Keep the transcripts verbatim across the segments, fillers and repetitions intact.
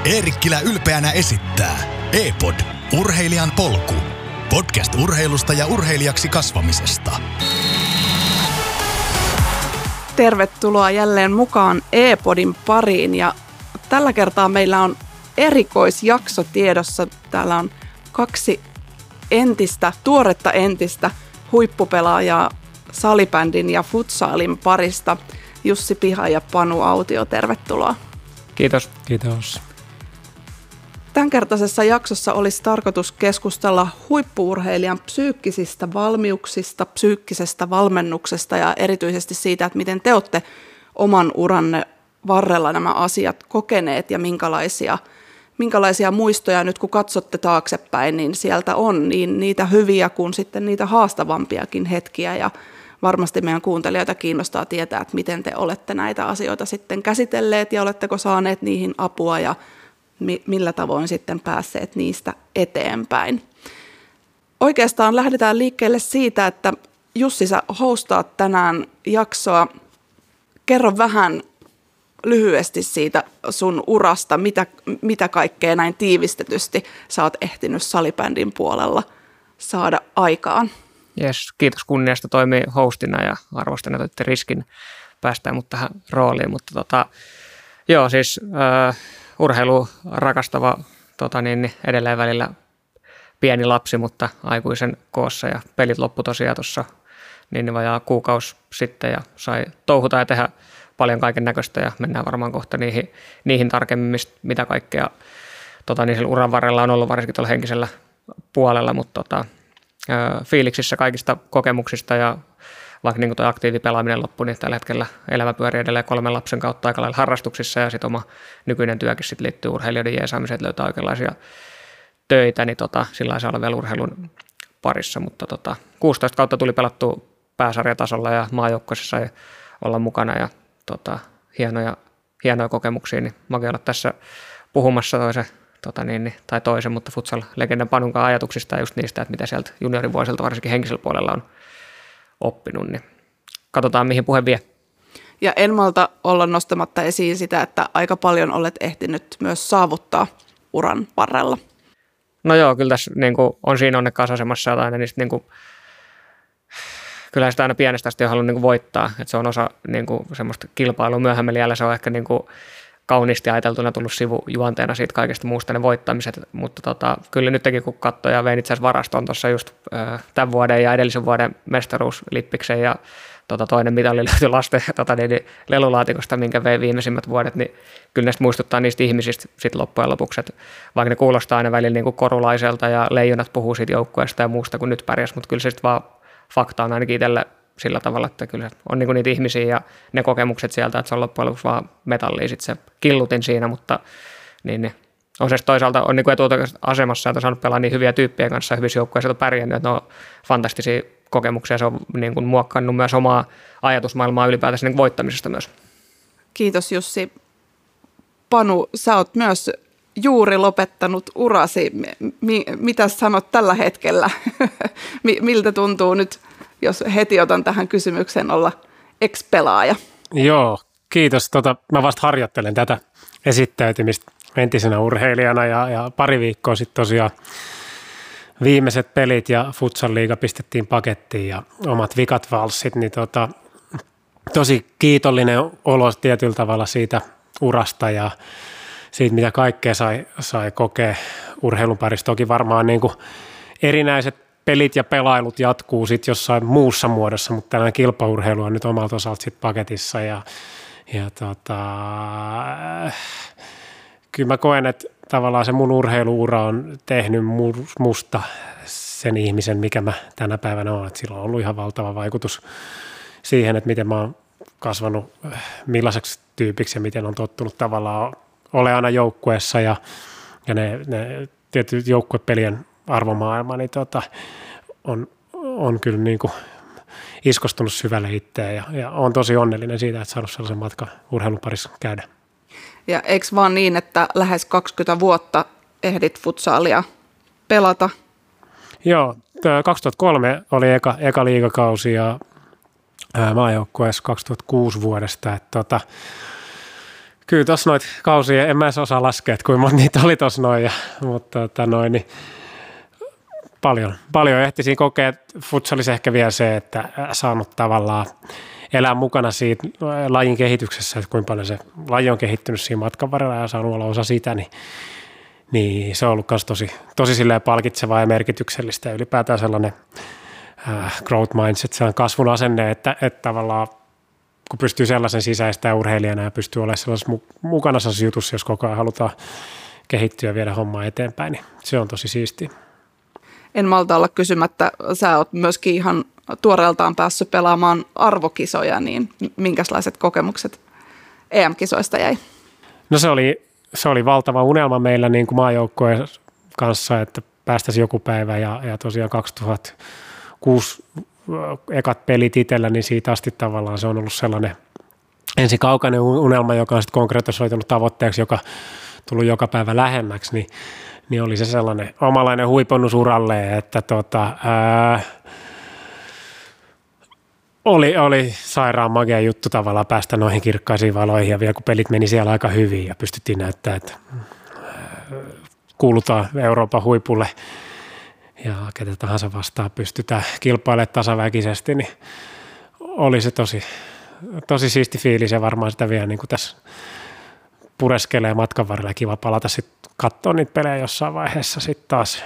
Eerikkilä ylpeänä esittää E-Pod, urheilijan polku. Podcast urheilusta ja urheilijaksi kasvamisesta. Tervetuloa jälleen mukaan E-Podin pariin ja tällä kertaa meillä on erikoisjakso tiedossa. Täällä on kaksi entistä, tuoretta entistä huippupelaajaa salibändin ja futsaalin parista. Jussi Piha ja Panu Autio, tervetuloa. Kiitos. Kiitos. Tämänkertaisessa jaksossa olisi tarkoitus keskustella huippu-urheilijan psyykkisistä valmiuksista, psyykkisestä valmennuksesta ja erityisesti siitä, että miten te olette oman uranne varrella nämä asiat kokeneet ja minkälaisia, minkälaisia muistoja nyt kun katsotte taaksepäin, niin sieltä on niin niitä hyviä kuin sitten niitä haastavampiakin hetkiä ja varmasti meidän kuuntelijoita kiinnostaa tietää, että miten te olette näitä asioita sitten käsitelleet ja oletteko saaneet niihin apua ja millä tavoin sitten päässeet niistä eteenpäin. Oikeastaan lähdetään liikkeelle siitä, että Jussi, sä hostaat tänään jaksoa. Kerro vähän lyhyesti siitä sun urasta, mitä, mitä kaikkea näin tiivistetysti sä oot ehtinyt salibändin puolella saada aikaan. Jes, kiitos kunniasta toimii hostina ja arvostan, että otitte riskin päästään mut tähän rooliin, mutta tota, joo siis äh, urheilu rakastava tota niin, edelleen välillä pieni lapsi, mutta aikuisen koossa ja pelit loppu tosiaan tuossa niin vajaa kuukausi sitten ja sai touhuta ja tehdä paljon kaiken näköistä ja mennään varmaan kohta niihin, niihin tarkemmin, mitä kaikkea tota, niin uran varrella on ollut varsinkin tuolla henkisellä puolella, mutta tota, fiiliksissä kaikista kokemuksista ja vaikka niin tuo aktiivipelaaminen loppui, niin tällä hetkellä elämä pyörii edelleen kolmen lapsen kautta aika lailla harrastuksissa ja sitten oma nykyinen työkin sit liittyy urheilijoiden jeesaamiseen, että löytää oikeanlaisia töitä, niin tota, sillä lailla olla vielä urheilun parissa, mutta tota, kuusitoista kautta tuli pelattua pääsarjatasolla ja maajoukkueessa sai olla mukana ja tota, hienoja, hienoja kokemuksia, niin mäkin olla tässä puhumassa toisen, tota niin, tai toisen, mutta futsal-legendan Panunkaan ajatuksista ja just niistä, että mitä sieltä juniorivuosilta varsinkin henkisellä puolella on oppinut, niin katsotaan mihin puhe vie. Ja en malta olla nostamatta esiin sitä, että aika paljon olet ehtinyt myös saavuttaa uran varrella. No joo, kyllä tässä niin kuin, on siinä onnekkaassa asemassa, että aina niistä niin kuin, kyllä sitä aina pienestä asti on halunnut niin kuin voittaa, että se on osa niin kuin, semmoista kilpailua myöhemmällä jäljellä, se on ehkä niin kuin, kauniisti ajateltuna tullut sivujuonteena siitä kaikesta muusta ne voittamiset, mutta tota, kyllä nytkin kun katsoi ja vein itse asiassa varastoon tuossa just äh, tämän vuoden ja edellisen vuoden mestaruuslippiksen ja tota, toinen mitali löytyi lasten tota, niin, lelulaatikosta, minkä vein viimeisimmät vuodet, niin kyllä näistä muistuttaa niistä ihmisistä sit loppujen lopuksi, että vaikka ne kuulostaa aina välillä niin kuin korulaiselta ja leijonat puhuu siitä joukkueesta ja muusta kuin nyt pärjäs, mutta kyllä se sitten vaan fakta on ainakin itselle sillä tavalla, että kyllä on niinku niitä ihmisiä ja ne kokemukset sieltä, että se on loppujen lopuksi vaan metallia sitten se killutin siinä, mutta niin, niin on se toisaalta on niinku etuoikeudessa asemassa, että on saanut pelaa niin hyviä tyyppien kanssa hyvissä joukkueissa, että on pärjännyt, että ne on fantastisia kokemuksia, se on niin kuin muokkannut myös omaa ajatusmaailmaa ylipäätänsä niin voittamisesta myös. Kiitos Jussi. Panu, sä oot myös juuri lopettanut urasi. Mi- mitä sanot tällä hetkellä? Miltä tuntuu nyt, jos heti otan tähän kysymykseen olla ex-pelaaja? Joo, kiitos. Tota, mä vasta harjoittelen tätä esittäytymistä entisenä urheilijana ja, ja pari viikkoa sitten tosiaan viimeiset pelit ja futsal-liiga pistettiin pakettiin ja omat vikat valssit, niin tota, tosi kiitollinen olo tietyllä tavalla siitä urasta ja siitä, mitä kaikkea sai, sai kokea urheilun parissa. Toki varmaan niin kuin erinäiset pelit ja pelailut jatkuu sitten jossain muussa muodossa, mutta tällainen kilpaurheilu on nyt omalta osalta sitten paketissa ja, ja tota, kyllä mä koen, että tavallaan se mun urheiluura on tehnyt musta sen ihmisen, mikä mä tänä päivänä olen. Että sillä on ollut ihan valtava vaikutus siihen, että miten mä oon kasvanut millaiseksi tyypiksi ja miten on tottunut tavallaan ole aina joukkueessa ja, ja ne, ne tietyt joukkuepelien arvomaailma niin tota, on, on kyllä niin kuin iskostunut syvälle itseään ja, ja olen tosi onnellinen siitä, että saanut sellaisen matkan urheilun parissa käydä. Ja eikö vaan niin, että lähes kaksikymmentä vuotta ehdit futsaalia pelata? Joo, kaksituhattakolme oli eka, eka liigakausi ja maajoukkueessa kaksituhattakuusi vuodesta. Että tota, Kyllä tuossa noita kausia, en mä edes osaa laskea, että kuinka monta niitä oli tuossa noin, ja, mutta tota noin, niin paljon, paljon ehtisin kokea. Futsalissa ehkä vielä se, että saanut tavallaan elää mukana siitä lajin kehityksessä, että kuinka paljon se laji on kehittynyt siinä matkan varrella ja saanut olla osa sitä, niin, niin se on ollut myös tosi, tosi silleen palkitsevaa ja merkityksellistä ja ylipäätään sellainen äh, growth mindset, sellainen kasvun asenne, että, että tavallaan kun pystyy sellaisen sisäistämään urheilijana ja pystyy olemaan sellaisessa mukana sellaisessa jutussa, jos koko ajan halutaan kehittyä ja viedä hommaa eteenpäin, niin se on tosi siistiä. En malta olla kysymättä, sä oot myöskin ihan tuoreeltaan päässyt pelaamaan arvokisoja, niin minkälaiset kokemukset E M-kisoista jäi? No se oli, se oli valtava unelma meillä niin kuin maajoukkojen kanssa, että päästäisiin joku päivä ja, ja tosiaan kaksituhattakuusi ekat pelit itsellä, niin siitä asti tavallaan se on ollut sellainen ensin kaukainen unelma, joka on sitten konkretisoitunut tavoitteeksi, joka tullut joka päivä lähemmäksi, niin, niin oli se sellainen omalainen huiponnus uralle, että tota, ää, oli, oli sairaan magea juttu tavallaan päästä noihin kirkkaisiin valoihin ja vielä kun pelit meni siellä aika hyvin ja pystyttiin näyttämään, että kuulutaan Euroopan huipulle ja ketä tahansa vastaan pystytään kilpailemaan tasaväkisesti, niin oli se tosi, tosi siisti fiilis ja varmaan sitä vielä niin kuin tässä pureskelee matkan varrella. Kiva palata sitten katsoa niitä pelejä jossain vaiheessa sitten taas.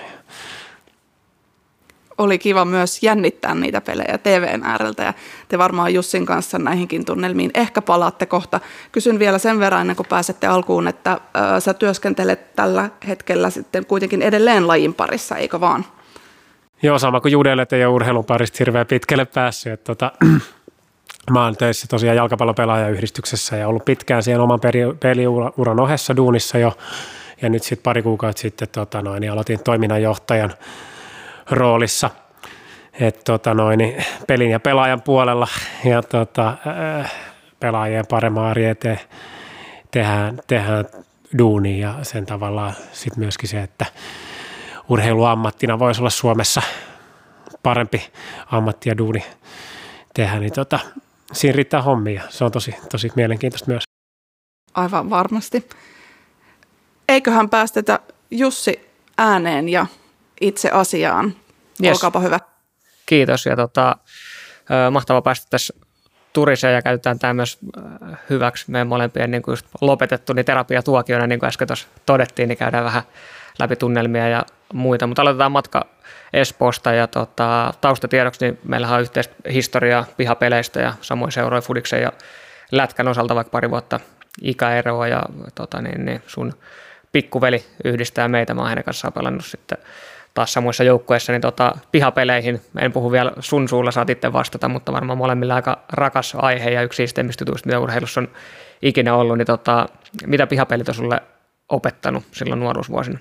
Oli kiva myös jännittää niitä pelejä T V:n ääreltä ja te varmaan Jussin kanssa näihinkin tunnelmiin ehkä palaatte kohta. Kysyn vielä sen verran ennen kuin pääsette alkuun, että äh, sä työskentelet tällä hetkellä sitten kuitenkin edelleen lajin parissa, eikö vaan? Joo, sama kuin Judelet ei ole urheilun parista hirveän pitkälle päässyt. Että, tota, mä oon töissä tosiaan jalkapallopelaajayhdistyksessä ja ollut pitkään siihen oman peliuran ohessa duunissa jo. Ja nyt sitten pari kuukautta sitten tota noin, niin aloitin toiminnanjohtajan roolissa, että tota noin, pelin ja pelaajan puolella ja tota, äh, pelaajien paremman arjen eteen tehdään, tehdään duunia ja sen tavallaan sitten myöskin se, että urheiluammattina voisi olla Suomessa parempi ammatti ja duuni tehdä, niin tota, siinä riittää hommia. Se on tosi, tosi mielenkiintoista myös. Aivan varmasti. Eiköhän päästetä Jussi ääneen ja itse asiaan. Yes. Olkaapa hyvä. Kiitos ja tota, mahtavaa päästä tässä turiseen ja käytetään tämä myös hyväksi meidän molempien niin kuin just lopetettu niin terapiatuokiona, niin kuin äsken tuossa todettiin, niin käydään vähän läpi tunnelmia ja muita, mutta aloitetaan matka Espoosta ja tota, taustatiedoksi, niin meillähän on yhteistä historiaa pihapeleistä ja samoin seuroi Fudiksen ja Lätkän osalta vaikka pari vuotta ikäeroa ja tota, niin, niin sun pikkuveli yhdistää meitä, mä oon hänen kanssaan pelannut sitten taas samoissa joukkueissa, niin tota, pihapeleihin, en puhu vielä sun suulla, saat itse vastata, mutta varmaan molemmilla aika rakas aihe ja yksi siisteimmistä jutuista, mitä urheilussa on ikinä ollut, niin tota, mitä pihapelit on sulle opettanut silloin nuoruusvuosina?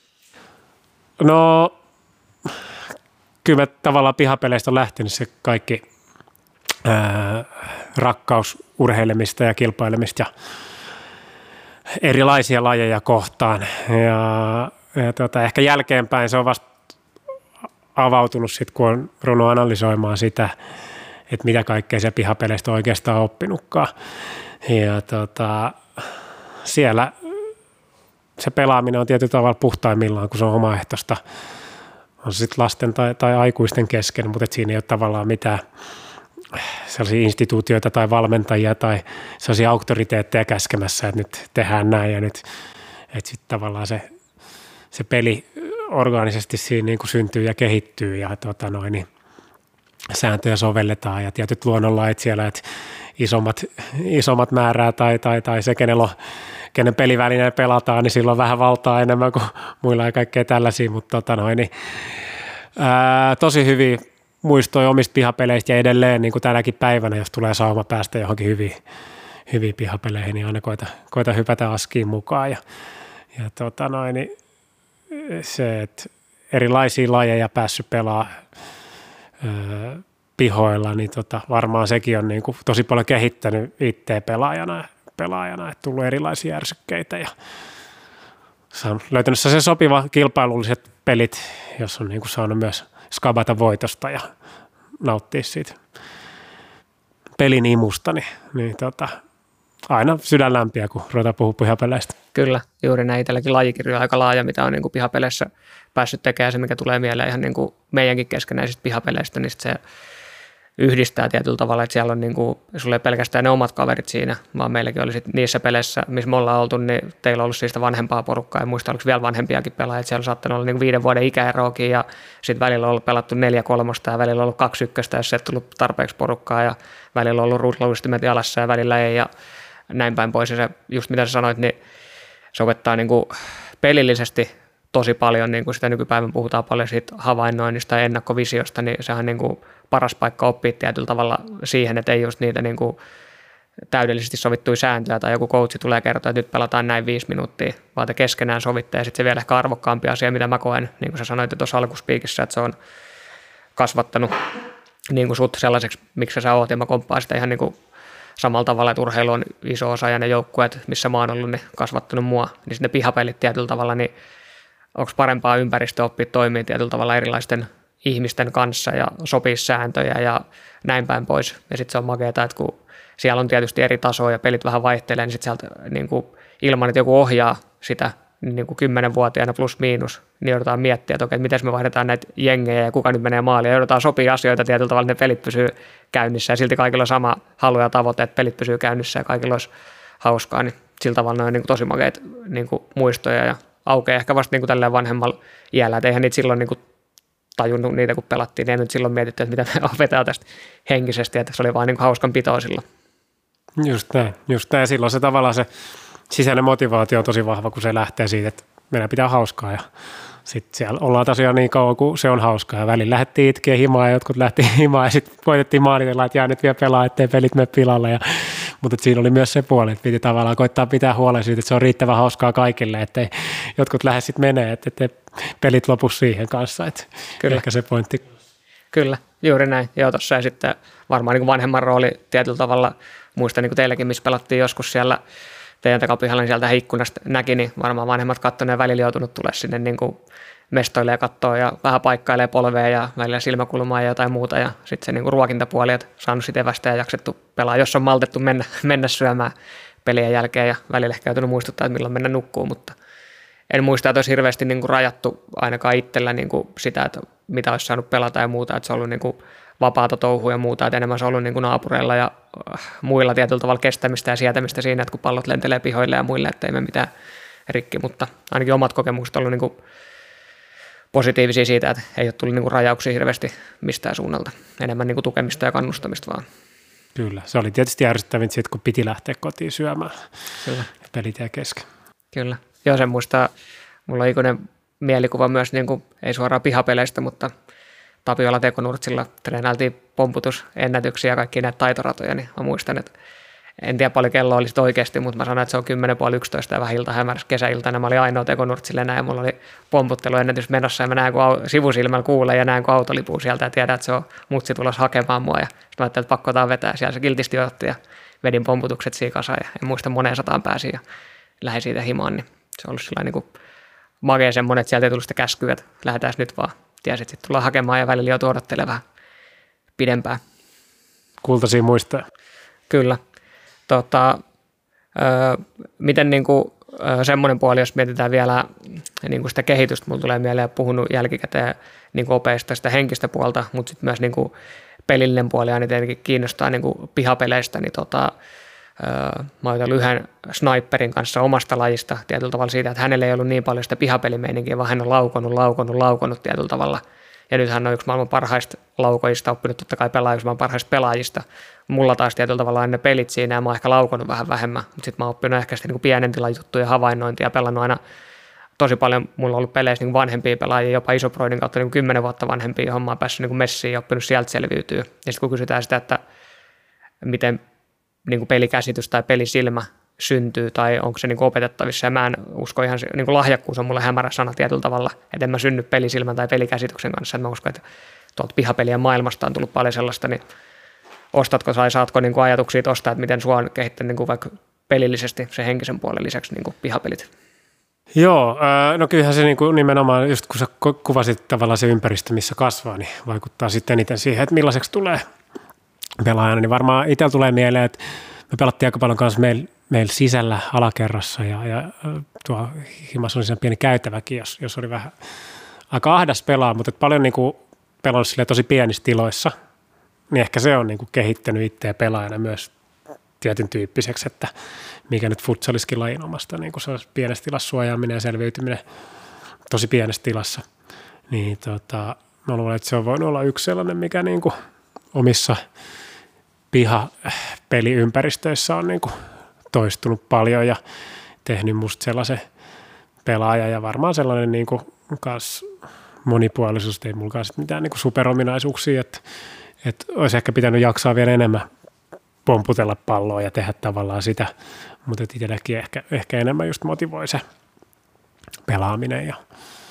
No, kyllä tavallaan pihapeleistä on lähtenyt se kaikki ää, rakkaus urheilemista ja kilpailemista ja erilaisia lajeja kohtaan. Ja, ja tuota, ehkä jälkeenpäin se on vasta avautunut sitten, kun on ruvennut analysoimaan sitä, että mitä kaikkea se pihapeleistä on oikeastaan oppinutkaan. Ja tuota, siellä se pelaaminen on tietyllä tavalla puhtaimmillaan, kun se on omaehtoista. On se sitten lasten tai, tai aikuisten kesken, mutta siinä ei ole tavallaan mitään sellaisia instituutioita tai valmentajia tai sellaisia auktoriteetteja käskemässä, että nyt tehdään näin ja nyt, että sitten tavallaan se, se peli orgaanisesti siinä niin kuin syntyy ja kehittyy ja tota noin, niin sääntöjä sovelletaan ja tietyt luonnonlait siellä, että isommat, isommat määrää tai, tai, tai se, kenellä on, kenen pelivälineen pelataan, niin sillä on vähän valtaa enemmän kuin muilla ja kaikkea tällaisia, mutta tota noin, niin, ää, tosi hyviä muistoja omista pihapeleistä ja edelleen niin kuin tänäkin päivänä, jos tulee sauma päästä johonkin hyviin, hyviin pihapeleihin, niin aina koita, koita hypätä askiin mukaan. Ja, ja tota noin, niin se, että erilaisia lajeja päässyt pelaamaan öö, pihoilla, niin tota, varmaan sekin on niin kuin tosi paljon kehittänyt itseä pelaajana, pelaajana, että tullut erilaisia järsykkeitä ja on löytänyt sen sopiva kilpailulliset pelit, jos on niin kuin saanut myös skabata voitosta ja nauttia siitä pelin imusta, niin, niin tota, aina sydän lämpiä, kun ruvetaan puhua pihapeleistä. Kyllä, juuri näin. Itselläkin lajikirjo on aika laaja, mitä on niin kuin pihapeleissä päässyt tekemään. Se, mikä tulee mieleen ihan niin kuin meidänkin keskenäisistä pihapeleistä, niin se yhdistää tietyllä tavalla, että siellä on niin kuin, sulla ei pelkästään ne omat kaverit siinä, vaan meilläkin oli sit niissä peleissä, missä me ollaan oltu, niin teillä on ollut siitä vanhempaa porukkaa, ja muista oliko vielä vanhempiakin pelaajia, siellä on saattanut olla niin kuin viiden vuoden ikäeroakin, ja sitten välillä on ollut pelattu neljä kolmosta, ja välillä on ollut kaksi ykköstä, jos se ei tullut tarpeeksi porukkaa, ja välillä on ollut ruutlauistimet jalassa, ja välillä ei, ja näin päin pois, ja se, just mitä sä sanoit, niin se opettaa niin kuin pelillisesti tosi paljon, niin kuin sitä nykypäivän puhutaan paljon siitä havainnoinnista ja ennakkovisiosta, niin sehän on niin kuin paras paikka oppia tietyllä tavalla siihen, että ei just niitä niin kuin täydellisesti sovittuja sääntöjä tai joku coachi tulee kertoa, että nyt pelataan näin viisi minuuttia, vaan te keskenään sovitte ja sitten se vielä ehkä arvokkaampi asia, mitä mä koen, niin kuin sä sanoit tuossa alkuspiikissä, että se on kasvattanut niin kuin sut sellaiseksi, miksi sä oot, ja mä komppaan sitä ihan niin kuin samalla tavalla, että urheilu on iso osa ja ne joukkueet, missä mä oon ollut, niin kasvattanut mua, niin sitten ne pihapelit tietyllä tavalla, niin onko parempaa ympäristöä oppia toimia tietyllä tavalla erilaisten ihmisten kanssa ja sopii sääntöjä ja näin päin pois. Ja sitten se on makeata, että kun siellä on tietysti eri tasoja ja pelit vähän vaihtelee, niin sitten sieltä niin kuin, ilman, että joku ohjaa sitä niin kuin kymmenvuotiaana plus miinus, niin joudutaan miettiä, että okei, että miten me vaihdetaan näitä jengejä ja kuka nyt menee maaliin. Ja joudutaan sopia asioita tietyllä tavalla, että ne pelit pysyy käynnissä ja silti kaikilla on sama halu ja tavoite, että pelit pysyy käynnissä ja kaikilla olisi hauskaa. Niin sillä tavalla ne on niin kuin tosi makeita niin kuin muistoja ja aukeaa ehkä vasta niin kuin tälleen vanhemmalla iällä, että eihän niitä silloin niin kuin tajunnut niitä, kun pelattiin, niin ei nyt silloin mietitty, että mitä me opetaan tästä henkisesti, että se oli vaan niin kuin hauskan pitoa silloin. Just näin, just näin. Silloin se tavallaan se sisäinen motivaatio on tosi vahva, kun se lähtee siitä, että meidän pitää hauskaa ja sitten siellä ollaan tosiaan niin kauan, kun se on hauskaa ja välillä lähdettiin itkeä himaa ja jotkut lähti himaa ja sitten voitettiin maanitella, että jää nyt vielä pelaa, ettei pelit mene pilalle. Ja, mutta siinä oli myös se puoli, että piti tavallaan koittaa pitää huolen siitä, että se on riittävän hauskaa kaikille, ettei jotkut lähde sitten menee, että ettei pelit lopu siihen kanssa. Että Kyllä. Ehkä se pointti. Kyllä, juuri näin. Joo, tuossa ja sitten varmaan niin kuin vanhemman rooli tietyllä tavalla, muistan niin kuin teilläkin, missä pelattiin joskus siellä teidän takapihalla, niin sieltä ikkunasta näki, niin varmaan vanhemmat katsoneet ja välillä joutunut tulee sinne niin kuin mestoille ja kattoo ja vähän paikkailee polvea ja välillä silmäkulmaa ja jotain muuta ja sitten se niin kuin ruokintapuoli, että saanut sitten evästä ja jaksettu pelaa, jos on maltettu mennä, mennä syömään pelien jälkeen ja välillä ehkä joutunut muistuttaa, että milloin mennä nukkuun, mutta en muista, että olisi hirveästi niin kuin rajattu ainakaan itsellä niin kuin sitä, että mitä olisi saanut pelata ja muuta, että se on ollut niin kuin vapaata touhua ja muuta, että enemmän se on ollut niin kuin naapureilla ja muilla tietyllä tavalla kestämistä ja sietämistä siinä, että kun pallot lentelee pihoille ja muille, ettei me mitään rikki, mutta ainakin omat kokemukset on ollut niin kuin positiivisia siitä, että ei ole tullut niin kuin rajauksia hirveästi mistään suunnalta, enemmän niin kuin tukemista ja kannustamista vaan. Kyllä, se oli tietysti ärsyttävintä siitä, kun piti lähteä kotiin syömään. Kyllä. Pelit jäi kesken. Kyllä, joo sen muistaa, mulla on ikuinen mielikuva myös, niin kuin, ei suoraan pihapeleistä, mutta Tapiola Tekonurtsilla treenailtiin pomputusennätyksiä ja kaikki näitä taitoratoja, niin mä muistan, että en tiedä paljon kello oli oikeasti, mutta mä sanoin, että se on kymmenen puoli yksitoista ja vähän ilta hämärässä kesäiltana. Mä olin ainoa Tekonurtsille näin ja mulla oli pomputteluennätys menossa ja mä näen, kun sivusilmällä kuulee ja näen, kun auto lipuu sieltä ja tiedän, että se on mutsi tulossa hakemaan mua. Ja sitten mä ajattelin, että pakko vetää. Siellä se kiltisti otti ja vedin pomputukset siinä kasaan ja en muista moneen sataan pääsin ja lähdin siitä himaan. Niin se on ollut sellainen niin makea semmoinen, että sieltä ei tullut sitä käskyä, että lähdetään nyt vaan. Tiesit, että sitten tullaan hakemaan ja välillä joutuu odottelemaan pidempään. Kultaisia muistoja. Kyllä. Tota, ö, miten niin kuin, ö, semmoinen puoli, jos mietitään vielä niin kuin sitä kehitystä, mulla tulee mieleen puhunut jälkikäteen niin kuin opeista sitä henkistä puolta, mutta sitten myös niin kuin pelillinen puoli aina tietenkin kiinnostaa niin kuin pihapeleistä, niin tota, ö, mä oon yhden sniperin kanssa omasta lajista tietyllä tavalla siitä, että hänellä ei ollut niin paljon sitä pihapelimeininkiä, vaan hän on laukonut, laukonut, laukonut tietyllä tavalla. Ja nyt hän on yksi maailman parhaista laukoista, oppinut totta kai pelaa yksi maailman parhaista pelaajista. Mulla taas tietyllä tavalla on ne pelit siinä ja mä oon ehkä laukonut vähän vähemmän, mutta sitten mä oon oppinut ehkä sitä niin pienen tilan juttuja, havainnointia ja pelannut aina tosi paljon. Mulla on ollut peleissä niin vanhempia pelaajia, jopa Isoproidin kautta niin kymmenen vuotta vanhempia, johon mä oon päässyt niin messiin ja oppinut sieltä selviytyä. Ja sitten kun kysytään sitä, että miten niin kuin pelikäsitys tai pelisilmä syntyy tai onko se niin kuin opetettavissa. Ja mä en usko ihan, niin kuin lahjakkuus on mulle hämärä sana tietyllä tavalla, että en mä synny pelisilmän tai pelikäsityksen kanssa. Että mä uskon, että tuolta pihapelien maailmasta on tullut paljon sellaista, niin ostatko tai saatko niin kuin ajatuksia tuosta, että miten sua on kehittänyt niin kuin vaikka pelillisesti sen henkisen puolen lisäksi niin kuin pihapelit? Joo, no kyllähän se niin kuin nimenomaan, just kun sä kuvasit tavallaan se ympäristö, missä kasvaa, niin vaikuttaa sitten eniten siihen, että millaiseksi tulee pelaajana. Niin varmaan itsellä tulee mieleen, että me pelattiin aika paljon kanssa meillä meillä sisällä alakerrassa ja, ja tuo himassa oli siinä pieni käytäväkin, jos, jos oli vähän aika ahdas pelaa, mutta paljon niin kuin pelannut tosi pienissä tiloissa, niin ehkä se on niin kuin kehittänyt itseä pelaajana myös tietyn tyyppiseksi, että mikä nyt futsaliskin lajin omasta, niin kuin se on pienessä tilassa suojaaminen ja selviytyminen tosi pienessä tilassa, niin tota, mä luulen, että se on voinut olla yksi sellainen, mikä niin kuin omissa pihapeliympäristöissä on niin kuin toistunut paljon ja tehnyt musta sellaisen pelaaja ja varmaan sellainen niin kuin kas monipuolisuus, ei mulla kanssa mitään niin kuin superominaisuuksia, että, että olisi ehkä pitänyt jaksaa vielä enemmän pomputella palloa ja tehdä tavallaan sitä, mutta itselläkin ehkä, ehkä enemmän just motivoi se pelaaminen ja,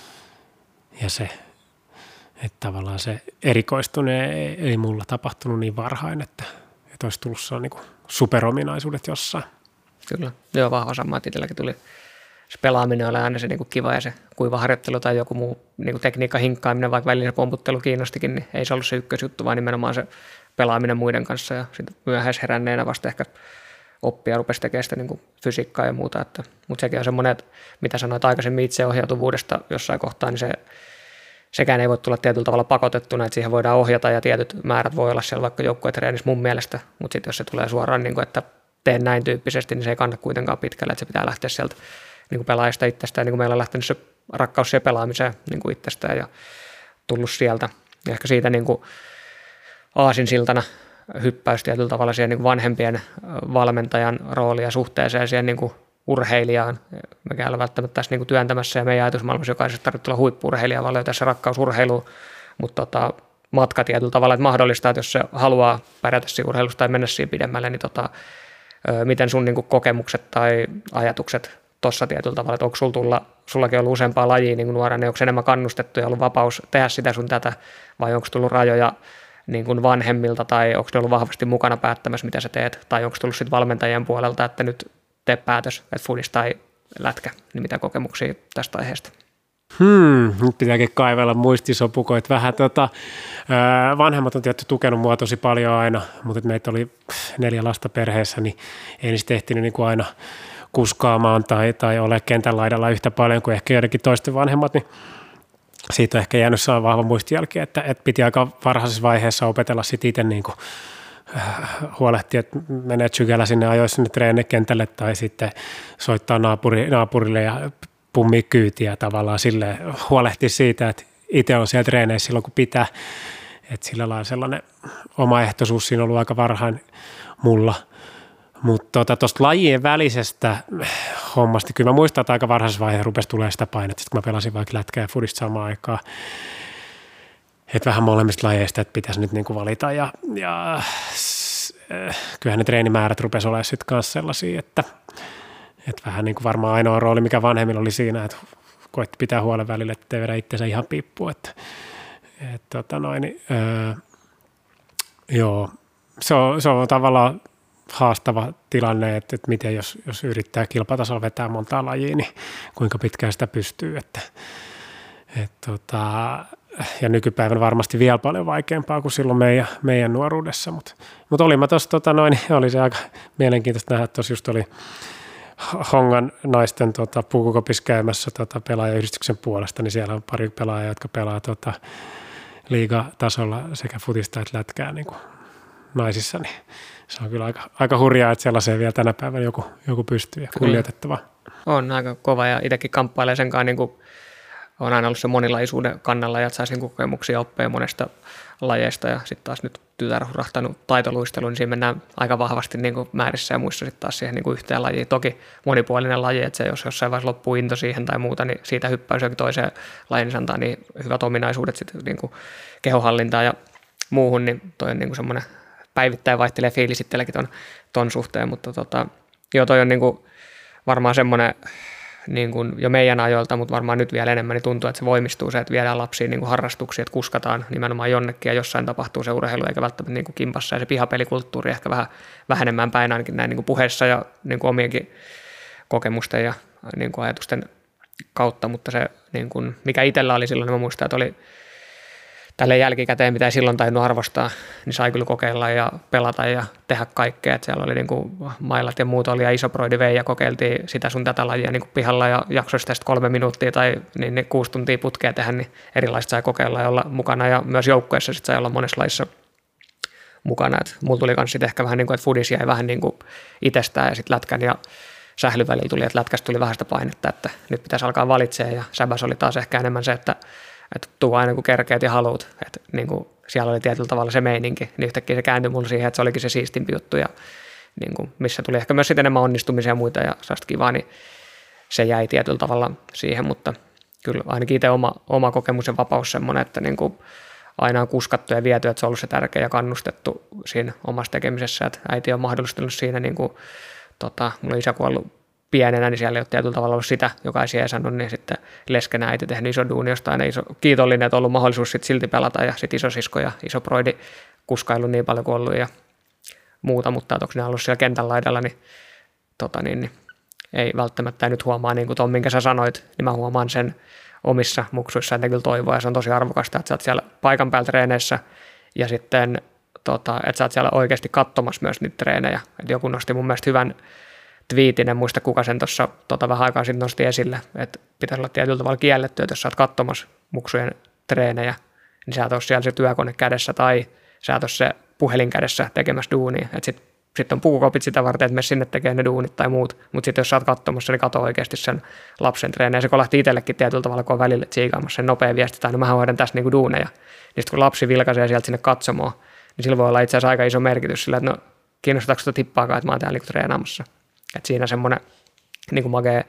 ja se, että tavallaan se erikoistuminen ei, ei mulla tapahtunut niin varhain, että, että olisi tullut se niin kuin superominaisuudet jossain. Kyllä, joo, vahva sama, että itselläkin tuli se pelaaminen oli aina se niin kuin kiva ja se kuiva harjoittelu tai joku muu niin kuin tekniikka hinkkaaminen, vaikka välillä se pomputtelu kiinnostikin, niin ei se ollut se ykkösjuttu, vaan nimenomaan se pelaaminen muiden kanssa ja sitten myöhäisheränneenä vasta ehkä oppia rupesi tekemään sitä niin kuin fysiikkaa ja muuta. Että, mutta sekin on semmoinen, että mitä sanoit aikaisemmin itseohjautuvuudesta jossain kohtaa, niin se, sekään ei voi tulla tietyllä tavalla pakotettuna, että siihen voidaan ohjata ja tietyt määrät voi olla siellä vaikka joukkuetreenissä mun mielestä, mutta sitten jos se tulee suoraan, niin kuin, että teen näin tyyppisesti, niin se ei kanna kuitenkaan pitkälle, että se pitää lähteä sieltä niin kuin pelaajasta itsestään, niin kuin meillä on lähtenyt se rakkaus siihen pelaamiseen niin kuin itsestään ja tullut sieltä. Ja ehkä siitä niin kuin aasinsiltana hyppäys tietyllä tavalla siihen niin kuin vanhempien valmentajan roolia suhteeseen siihen niin kuin urheilijaan. Me käydään välttämättä tässä niin kuin työntämässä ja meidän ajatusmaailmassa jokaisessa tarvitsee olla huippu-urheilija, vaan löytää se rakkaus urheiluun, mutta tota, matka tietyllä tavalla, että mahdollistaa, että jos se haluaa pärjätä siinä urheilussa tai mennä siihen pidemmälle, niin tota, miten sun niin kuin kokemukset tai ajatukset tuossa tietyllä tavalla, että onko sulla tulla, sullakin ollut useampaa lajia niin kuin nuorena, niin onko enemmän kannustettu ja ollut vapaus tehdä sitä sun tätä, vai onko tullut rajoja niin kuin vanhemmilta, tai onko ne ollut vahvasti mukana päättämässä, mitä sä teet, tai onko tullut sitten valmentajien puolelta, että nyt tee päätös, että fudis tai lätkä, niin mitä kokemuksia tästä aiheesta? Hmm, nyt pitääkin kaivella muistisopukoit vähän. Tota, vanhemmat on tietty tukenut mua tosi paljon aina, mutta meitä oli neljä lasta perheessä, niin ei niistä ehtinyt niin kuin aina kuskaamaan tai, tai ole kentän laidalla yhtä paljon kuin ehkä joidenkin toisten vanhemmat, niin siitä on ehkä jäänyt saa vahva muistijälki, että, että piti aika varhaisessa vaiheessa opetella sitten itse niin kuin huolehtia, että menee tsykälä sinne ajoissa sinne treenikentälle tai sitten soittaa naapuri, naapurille ja pummii kyytiä tavallaan silleen, huolehtia siitä, että itse on siellä treeneissä silloin kun pitää, että sillä lailla sellainen omaehtoisuus siinä on ollut aika varhain mulla. Mutta tuosta lajien välisestä hommasta, kyllä mä muistan, että aika varhaisessa vaiheessa rupesi tulemaan sitä painetta, kun mä pelasin vaikka lätkää ja fudista samaan aikaan. Että vähän molemmista lajeista, että pitäisi nyt niinku valita ja, ja kyllähän ne treenimäärät rupesi olemaan sitten kanssa sellaisia, että, että vähän niin kuin varmaan ainoa rooli, mikä vanhemmilla oli siinä, että koetti pitää huolen välillä, ettei vedä itsensä ihan piippuun. Että, et, tota noin, niin, öö, joo, se on, se on tavallaan haastava tilanne, että, että miten jos, jos yrittää kilpatasolla vetää montaa lajia, niin kuinka pitkään sitä pystyy. Että, et, tota, ja nykypäivänä varmasti vielä paljon vaikeampaa kuin silloin meidän, meidän nuoruudessa, mutta, mutta olin mä tuossa, tota, noin, oli se aika mielenkiintoista nähdä, että tuossa just oli Hongan naisten tota, pukukopissa käymässä tota, pelaajayhdistyksen puolesta, niin siellä on pari pelaajaa, jotka pelaa tota, liigatasolla sekä futista että lätkää niin kuin naisissa, niin se on kyllä aika, aika hurjaa, että sellaiseen vielä tänä päivänä joku, joku pystyy ja kunnioitettavaa. On aika kova ja itsekin kamppailee sen kanssa, niin kuin on aina ollut se monilaisuuden kannalla ja saisin kokemuksia oppeja monesta lajeista ja sitten taas nyt tytär on rahtanut taitoluisteluun, niin siinä mennään aika vahvasti niin kuin määrissä ja muissa sitten taas siihen niin kuin yhteen lajiin. Toki monipuolinen laji, että se jos jossain vaiheessa loppuu into siihen tai muuta, niin siitä hyppäys jokin toiseen lajiin, niin se antaa niin hyvät ominaisuudet sitten niin kuin kehohallintaan ja muuhun, niin toi on niin kuin semmoinen päivittäin vaihtelee fiilis itselläkin ton, ton suhteen, mutta tota, joo, toi on niin kuin varmaan semmoinen niin kuin jo meidän ajoilta, mutta varmaan nyt vielä enemmän, niin tuntuu, että se voimistuu se, että viedään lapsiin niin kuin harrastuksia, että kuskataan nimenomaan jonnekin ja jossain tapahtuu se urheilu, eikä välttämättä niin kuin kimpassa ja se pihapelikulttuuri ehkä vähän vähenemään päin ainakin näin niin kuin puheessa ja niin kuin omienkin kokemusten ja niin kuin ajatusten kautta, mutta se, niin kuin, mikä itsellä oli silloin, niin mä muistan, että oli tälle jälkikäteen, mitä ei silloin tainnut arvostaa, niin sai kyllä kokeilla ja pelata ja tehdä kaikkea. Et siellä oli niin kuin mailat ja muut oli ja isoproidi vei ja kokeiltiin sitä sun tätä lajia niin kuin pihalla ja jaksoista sitten kolme minuuttia tai niin, niin kuusi tuntia putkea tehdä, niin erilaista sai kokeilla ja olla mukana ja myös joukkueessa sitten sai olla monessa lajissa mukana. Et mulla tuli myös ehkä vähän niin kuin, että foodis jäi vähän niin kuin itsestään ja sitten lätkän ja sählyn välillä tuli, että lätkästä tuli vähän sitä painetta, että nyt pitäisi alkaa valitsemaan ja säbäs oli taas ehkä enemmän se, että että tuu aina kun kerkeät ja haluut, että niin kuin siellä oli tietyllä tavalla se meininki, niin yhtäkkiä se kääntyi mulle siihen, että se olikin se siistimpi juttu ja niin kuin, missä tuli ehkä myös sitten enemmän onnistumisia ja muita ja sellaista kivaa, niin se jäi tietyllä tavalla siihen, mutta kyllä ainakin itse oma, oma kokemus ja vapaus semmoinen, että niin kuin aina on kuskattu ja viety, että se on ollut se tärkeä ja kannustettu siinä omassa tekemisessä, että äiti on mahdollistanut siinä, niin kuin, tota, mulla on isä kuollut pienenä, niin siellä ei ole tietyllä tavalla ollut sitä, joka ei siellä sanonut, niin sitten leskenä äiti tehnyt iso duuni, josta aina iso, kiitollinen, että on ollut mahdollisuus sit silti pelata ja sitten isosisko ja iso proidi kuskailu niin paljon kuin ollut ja muuta, mutta onko ne ollut siellä kentän laidalla, niin, tota niin, niin ei välttämättä nyt huomaa, niin kuin tuon, minkä sä sanoit, niin mä huomaan sen omissa muksuissa, että kyllä toivoa ja se on tosi arvokasta, että sä oot siellä paikan päällä treeneissä ja sitten, tota, että sä oot siellä oikeasti katsomassa myös niitä treenejä, että joku nosti mun mielestä hyvän twiitin, en muista kuka sen tuossa tota, vähän aikaa sitten nosti esille, että pitäisi olla tietyllä tavalla kielletty, että jos sä oot katsomassa muksujen treenejä, niin sä et ole siellä se työkone kädessä tai sä et ole se puhelin kädessä tekemässä duunia, että sitten sit on pukukopit sitä varten, että me sinne tekee ne duunit tai muut, mutta sitten jos sä oot katsomassa, niin kato oikeasti sen lapsen treenejä, se kolahti itsellekin tietyllä tavalla, kun on välillä tsiikaamassa sen nopea viesti, tai no mä hoidan tässä niinku duuneja, niin sitten kun lapsi vilkaisee sieltä sinne katsomaan, niin sillä voi olla itse asiassa aika iso merkitys sillä, että no kiinnostetaanko sitä tippaakaan, että mä oon täällä niinku treenaamassa. Että siinä semmoinen niin kuin magea,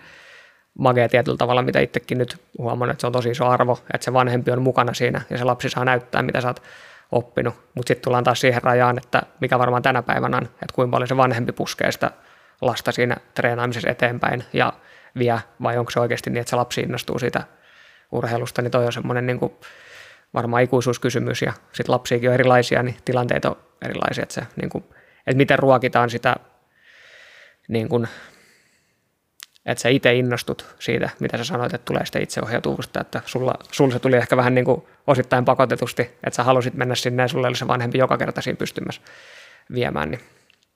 magea tietyllä tavalla, mitä itsekin nyt huomannut, että se on tosi iso arvo, että se vanhempi on mukana siinä ja se lapsi saa näyttää, mitä sä oot oppinut. Mutta sitten tullaan taas siihen rajaan, että mikä varmaan tänä päivänä on, että kuinka paljon se vanhempi puskee sitä lasta siinä treenaamisessa eteenpäin ja vie, vai onko se oikeasti niin, että se lapsi innostuu siitä urheilusta, niin toi on semmoinen niin kuin varmaan ikuisuuskysymys ja sitten lapsiakin on erilaisia, niin tilanteet on erilaisia, että, se, niin kuin, että miten ruokitaan sitä niin kun, että sä itse innostut siitä, mitä sä sanoit, että tulee sitä itseohjautuvuutta, että sulla, sulla se tuli ehkä vähän niin kuin osittain pakotetusti, että sä halusit mennä sinne ja sulla oli se vanhempi joka kerta siinä pystymässä viemään, niin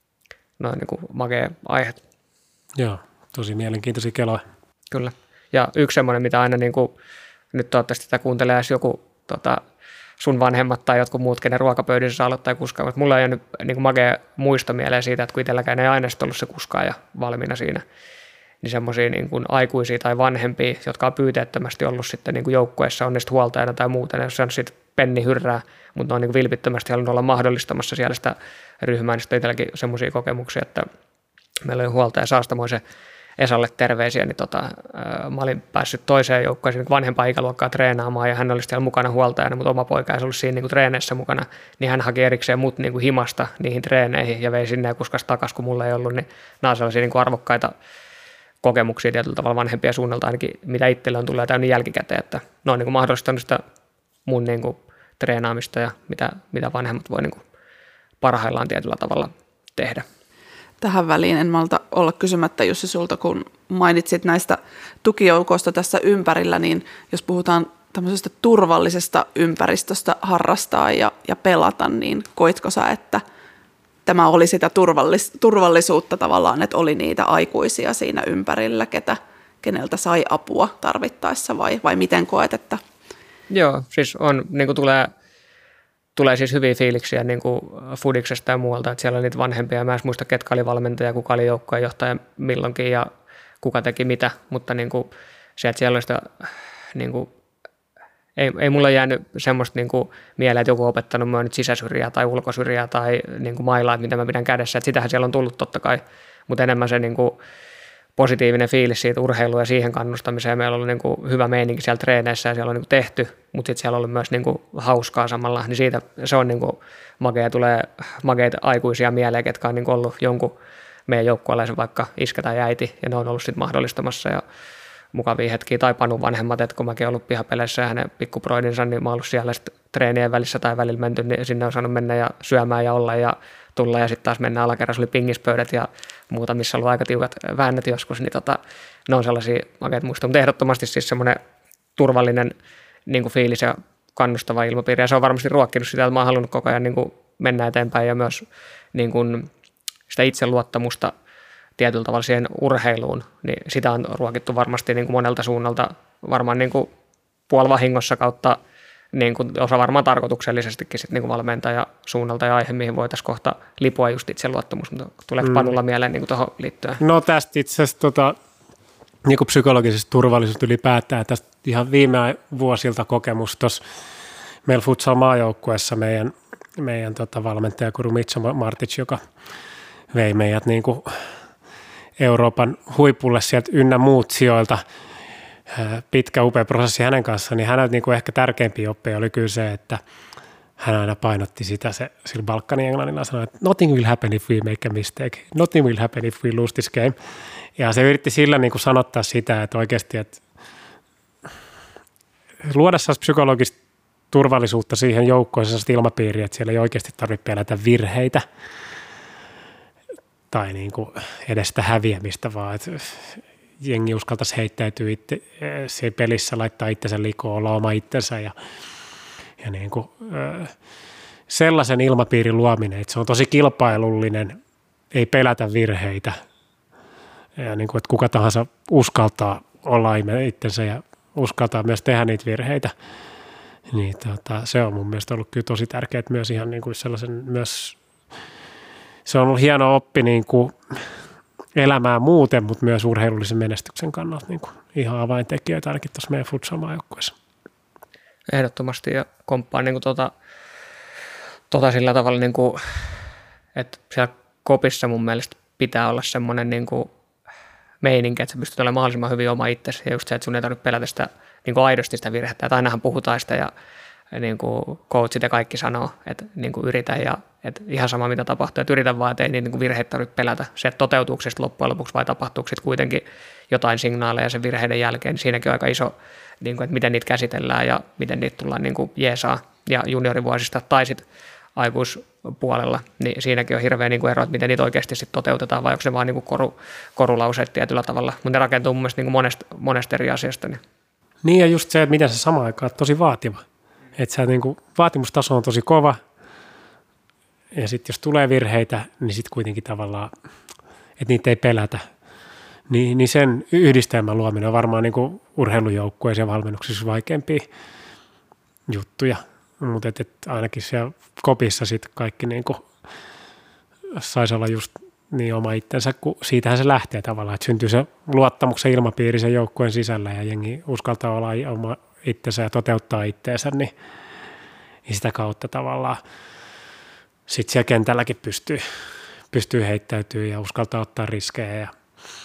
noin niin kuin makea aihe. Joo, tosi mielenkiintoisia keloja. Kyllä. Ja yksi semmoinen, mitä aina niin kuin, nyt toivottavasti sitä kuuntelee edes joku tota, sun vanhemmat tai jotkut muut, kenen ruokapöydissä saa aloittaa kuskaa, mutta mulla on jäänyt niin kuin makea muisto mieleen siitä, että kun itselläkään ei aina ollut se kuskaaja valmiina siinä, niin semmoisia niin kuin aikuisia tai vanhempia, jotka on pyyteettömästi ollut sitten niin kuin joukkueessa onnista huoltajana tai muuten, jos se on sitten penni hyrrää, mutta ne on niin kuin vilpittömästi halunnut olla mahdollistamassa siellä sitä ryhmää, niin sitten on itselläkin semmoisia kokemuksia, että meillä oli huoltaja Saastamoisen Esalle terveisiä, niin tota, mä olin päässyt toiseen joukkueeseen niin vanhempaa ikäluokkaa treenaamaan ja hän oli siellä mukana huoltajana, mutta oma poika ei ollut siinä niin kuin treeneissä mukana, niin hän haki erikseen mut niin kuin himasta niihin treeneihin ja vei sinne ja kuskas takaisin, kun mulla ei ollut, niin nämä on sellaisia niin kuin arvokkaita kokemuksia tietyllä tavalla vanhempia suunnalta ainakin, mitä itselle on tullut täynnä jälkikäteen, että ne on niin kuin mahdollistanut sitä mun niin kuin treenaamista ja mitä, mitä vanhemmat voi niin kuin parhaillaan tietyllä tavalla tehdä. Tähän väliin en malta olla kysymättä, Jussi, sulta, kun mainitsit näistä tukijoukoista tässä ympärillä, niin jos puhutaan tämmöisestä turvallisesta ympäristöstä harrastaa ja, ja pelata, niin koitko sä, että tämä oli sitä turvallis, turvallisuutta tavallaan, että oli niitä aikuisia siinä ympärillä, ketä, keneltä sai apua tarvittaessa vai, vai miten koet, että? Joo, siis on, niin kuin tulee... Tulee siis hyviä fiiliksiä niin kuin Fudiksesta ja muualta, että siellä on niitä vanhempia. Mä en muista, ketkä oli valmentaja, kuka oli joukkojen johtaja milloinkin ja kuka teki mitä, mutta niin kuin, sieltä siellä on sitä, niin kuin, ei, ei mulla jäänyt semmoista niin kuin mieleen, että joku on opettanut mua nyt sisäsyrjää tai ulkosyrjää tai niin kuin mailaa, että mitä mä pidän kädessä. Että sitähän siellä on tullut totta kai, mutta enemmän se niin kuin positiivinen fiilis siitä urheilua ja siihen kannustamiseen. Meillä on ollut niin kuin hyvä meininki siellä treeneissä ja siellä on niin kuin tehty, mutta sitten siellä on ollut myös niin kuin hauskaa samalla. Niin siitä se on niin kuin makea, tulee makeita aikuisia mieleen, ketkä on niin kuin ollut jonkun meidän joukkuealaisen vaikka iskä tai äiti ja ne on ollut sitten mahdollistamassa ja mukavia hetkiä. Tai Panun vanhemmat, että kun mäkin olen ollut pihapeleissä ja hänen pikkuproidinsa, niin mä oon ollut siellä sitten treenien välissä tai välillä menty, niin sinne on saanut mennä ja syömään ja olla ja tulla ja sitten taas mennään alakerrassa, oli pingispöydät ja muuta, missä on ollut aika tiukat väännöt joskus, niin tota, ne on sellaisia makeita muistaa, mutta ehdottomasti siis semmoinen turvallinen niin kuin fiilis ja kannustava ilmapiiri ja se on varmasti ruokkinut sitä, että mä oon halunnut koko ajan niin kuin mennä eteenpäin ja myös niin kuin sitä itseluottamusta tietyllä tavalla siihen urheiluun, niin sitä on ruokittu varmasti niin kuin monelta suunnalta, varmaan niin kuin puolivahingossa kautta niin kuin osa varmaan tarkoituksellisestikin sit niin kuin valmentaja suunnalta ja aihe, mihin voitaisiin kohta lipua just itseluottamus, mutta tuleeko mm. Panulla mieleen niin tuohon liittyen? No tästä itse asiassa tota, niin kuin psykologisesta turvallisuudesta ylipäätään, tästä ihan viime vuosilta kokemus tuossa meillä futsal-maajoukkueessa meidän, meidän tota, valmentaja Kuru Mitso Martic, joka vei meidät niin kuin Euroopan huipulle sieltä ynnä muut sijoilta, pitkä upea prosessi hänen kanssaan, niin häneltä niin kuin ehkä tärkeimpiä oppeja oli kyllä se, että hän aina painotti sitä, se sillä Balkanin englannilla sanoi, että nothing will happen if we make a mistake, nothing will happen if we lose this game. Ja se yritti sillä niin kuin sanottaa sitä, että oikeasti, että luoda psykologista turvallisuutta siihen joukkoon, sellaista ilmapiiriä, että siellä ei oikeasti tarvitse pelätä virheitä tai niin kuin edes sitä häviämistä, vaan että jengi uskaltaisi heittäytyä itse, se pelissä, laittaa itsensä likoon, olla oma itsensä ja, ja niin kuin, sellaisen ilmapiirin luominen, että se on tosi kilpailullinen, ei pelätä virheitä ja niin kuin, että kuka tahansa uskaltaa olla itsensä ja uskaltaa myös tehdä niitä virheitä, niin tota, se on mun mielestä ollut kyllä tosi tärkeää myös ihan niin kuin sellaisen myös, se on ollut hieno oppi niin kuin elämää muuten, mutta myös urheilullisen menestyksen kannalta niin kuin ihan avaintekijöitä ainakin tuossa meidän futsal-maajoukkueessa. Ehdottomasti ja komppaan niin kuin tota, tota sillä tavalla, niin kuin, että siellä kopissa mun mielestä pitää olla semmoinen niin kuin meininki, että sä pystyt olemaan mahdollisimman hyvin oma itsesi ja just se, että sun ei tarvitse pelätä sitä niin kuin aidosti sitä virhettä, että ainahan puhutaan sitä ja niin kuin coachit ja kaikki sanoo, että niin kuin yritä ja että ihan sama mitä tapahtuu, että yritä vaan, että ei niin kuin virheitä tarvitse pelätä. Se, että toteutuuko se loppujen lopuksi vai tapahtuuko sitten kuitenkin jotain signaaleja sen virheiden jälkeen, niin siinäkin on aika iso, niin kuin, että miten niitä käsitellään ja miten niitä tullaan niin kuin jeesaa ja juniorivuosista tai sitten aikuispuolella, niin siinäkin on hirveä niin kuin ero, että miten niitä oikeasti sitten toteutetaan vai onko se vaan niin kuin koru, korulauseet tietyllä tavalla, mutta ne rakentuu mun mielestä niin kuin monesta, monesta eri asiasta. Niin. niin ja just se, että miten se samaan aikaan on tosi vaativa. Että se niin kuin, vaatimustaso on tosi kova ja sitten jos tulee virheitä, niin sitten kuitenkin tavallaan, että niitä ei pelätä. Niin, niin sen yhdistelmän luominen on varmaan niin kuin urheilujoukkueessa ja valmennuksissa vaikeampia juttuja. Mutta et, et ainakin siellä kopissa sitten kaikki niin kuin saisi olla just niin oma itsensä, kun siitähän se lähtee tavallaan, että syntyy se luottamuksen ilmapiiri sen joukkueen sisällä ja jengi uskaltaa olla oma itsensä ja toteuttaa itteensä, niin, niin sitä kautta tavallaan sitten siellä kentälläkin pystyy, pystyy heittäytyä ja uskaltaa ottaa riskejä ja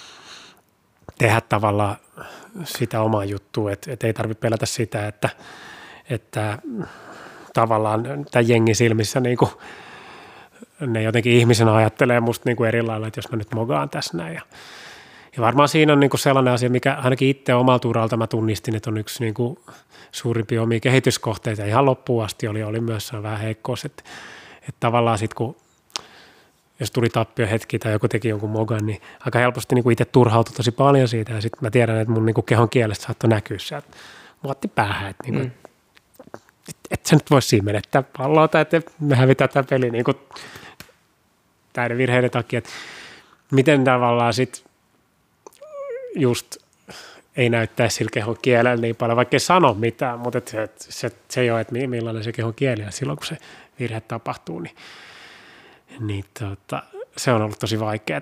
tehdä tavallaan sitä omaa juttua, että et ei tarvitse pelätä sitä, että, että tavallaan tämän jengin silmissä niin kuin ne jotenkin ihmisenä ajattelee musta niin kuin eri lailla, että jos mä nyt mogaan tässä näin. Ja, ja varmaan siinä on niin kuin sellainen asia, mikä ainakin itse omalta uralta mä tunnistin, että on yksi niin kuin suurimpia omia kehityskohteita. Ihan loppuun asti oli, oli myös vähän heikkous, että, että tavallaan sitten kun jos tuli tappiohetki tai joku teki jonkun mogan, niin aika helposti niin kuin itse turhautui tosi paljon siitä. Ja sitten mä tiedän, että mun niin kuin kehon kielestä saattoi näkyä se, että mua otti päähän, että, niin kuin, mm. että et sä nyt vois siinä menettää palloa tai että me hävitään tämä peli niin kuin näiden virheiden takia. Että miten tavallaan sitten just ei näyttäisi sillä kehon kielellä niin paljon, vaikka ei sano mitään, mutta et se, se, se ei ole, että millainen se kehon kieli on silloin, kun se virhe tapahtuu, niin Niin tota, se on ollut tosi vaikeaa.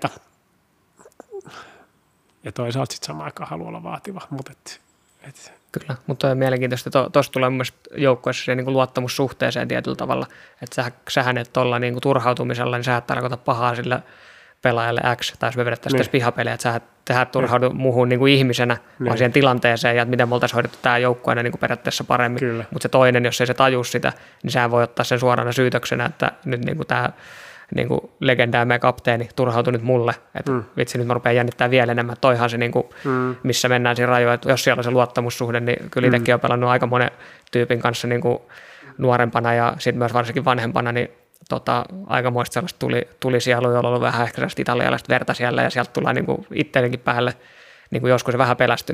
Ja toisaalta sitten samaan aikaan haluaa olla vaativa. Mutta et, et. Kyllä, mutta on mielenkiintoista. Tuosta tulee mun mielestä joukkueessa se niin kuin luottamussuhteeseen tietyllä tavalla. Että sä, sähän et tuolla niin kuin turhautumisella, niin sä et tarkoita pahaa sillä pelaajalle X, tai jos me vedettäisiin tässä pihapelejä, että sä et, sä et turhaudu niin. muuhun niin kuin ihmisenä, niin. vaan siihen tilanteeseen, ja että miten me oltaisiin hoidettu tämä joukkueena niin kuin periaatteessa paremmin. Mutta se toinen, jos ei se tajua sitä, niin sehän voi ottaa sen suorana syytöksenä, että nyt niin kuin tämä niin kuin legendaamme kapteeni turhautui nyt mulle, että mm. vitsi nyt mä rupean jännittää vielä enemmän, toihan se niin kuin, mm. missä mennään siinä rajoja, että jos siellä on se luottamussuhde, niin kyllä itsekin mm. on pelannut aika monen tyypin kanssa niin kuin nuorempana ja sitten myös varsinkin vanhempana, niin tota, aikamoista sellaista tuli, tuli sielu, jolla on ollut vähän ehkä sellaista italialaista verta siellä ja sieltä tullaan niin kuin itselleenkin päälle niin kuin joskus se vähän pelästynyt, että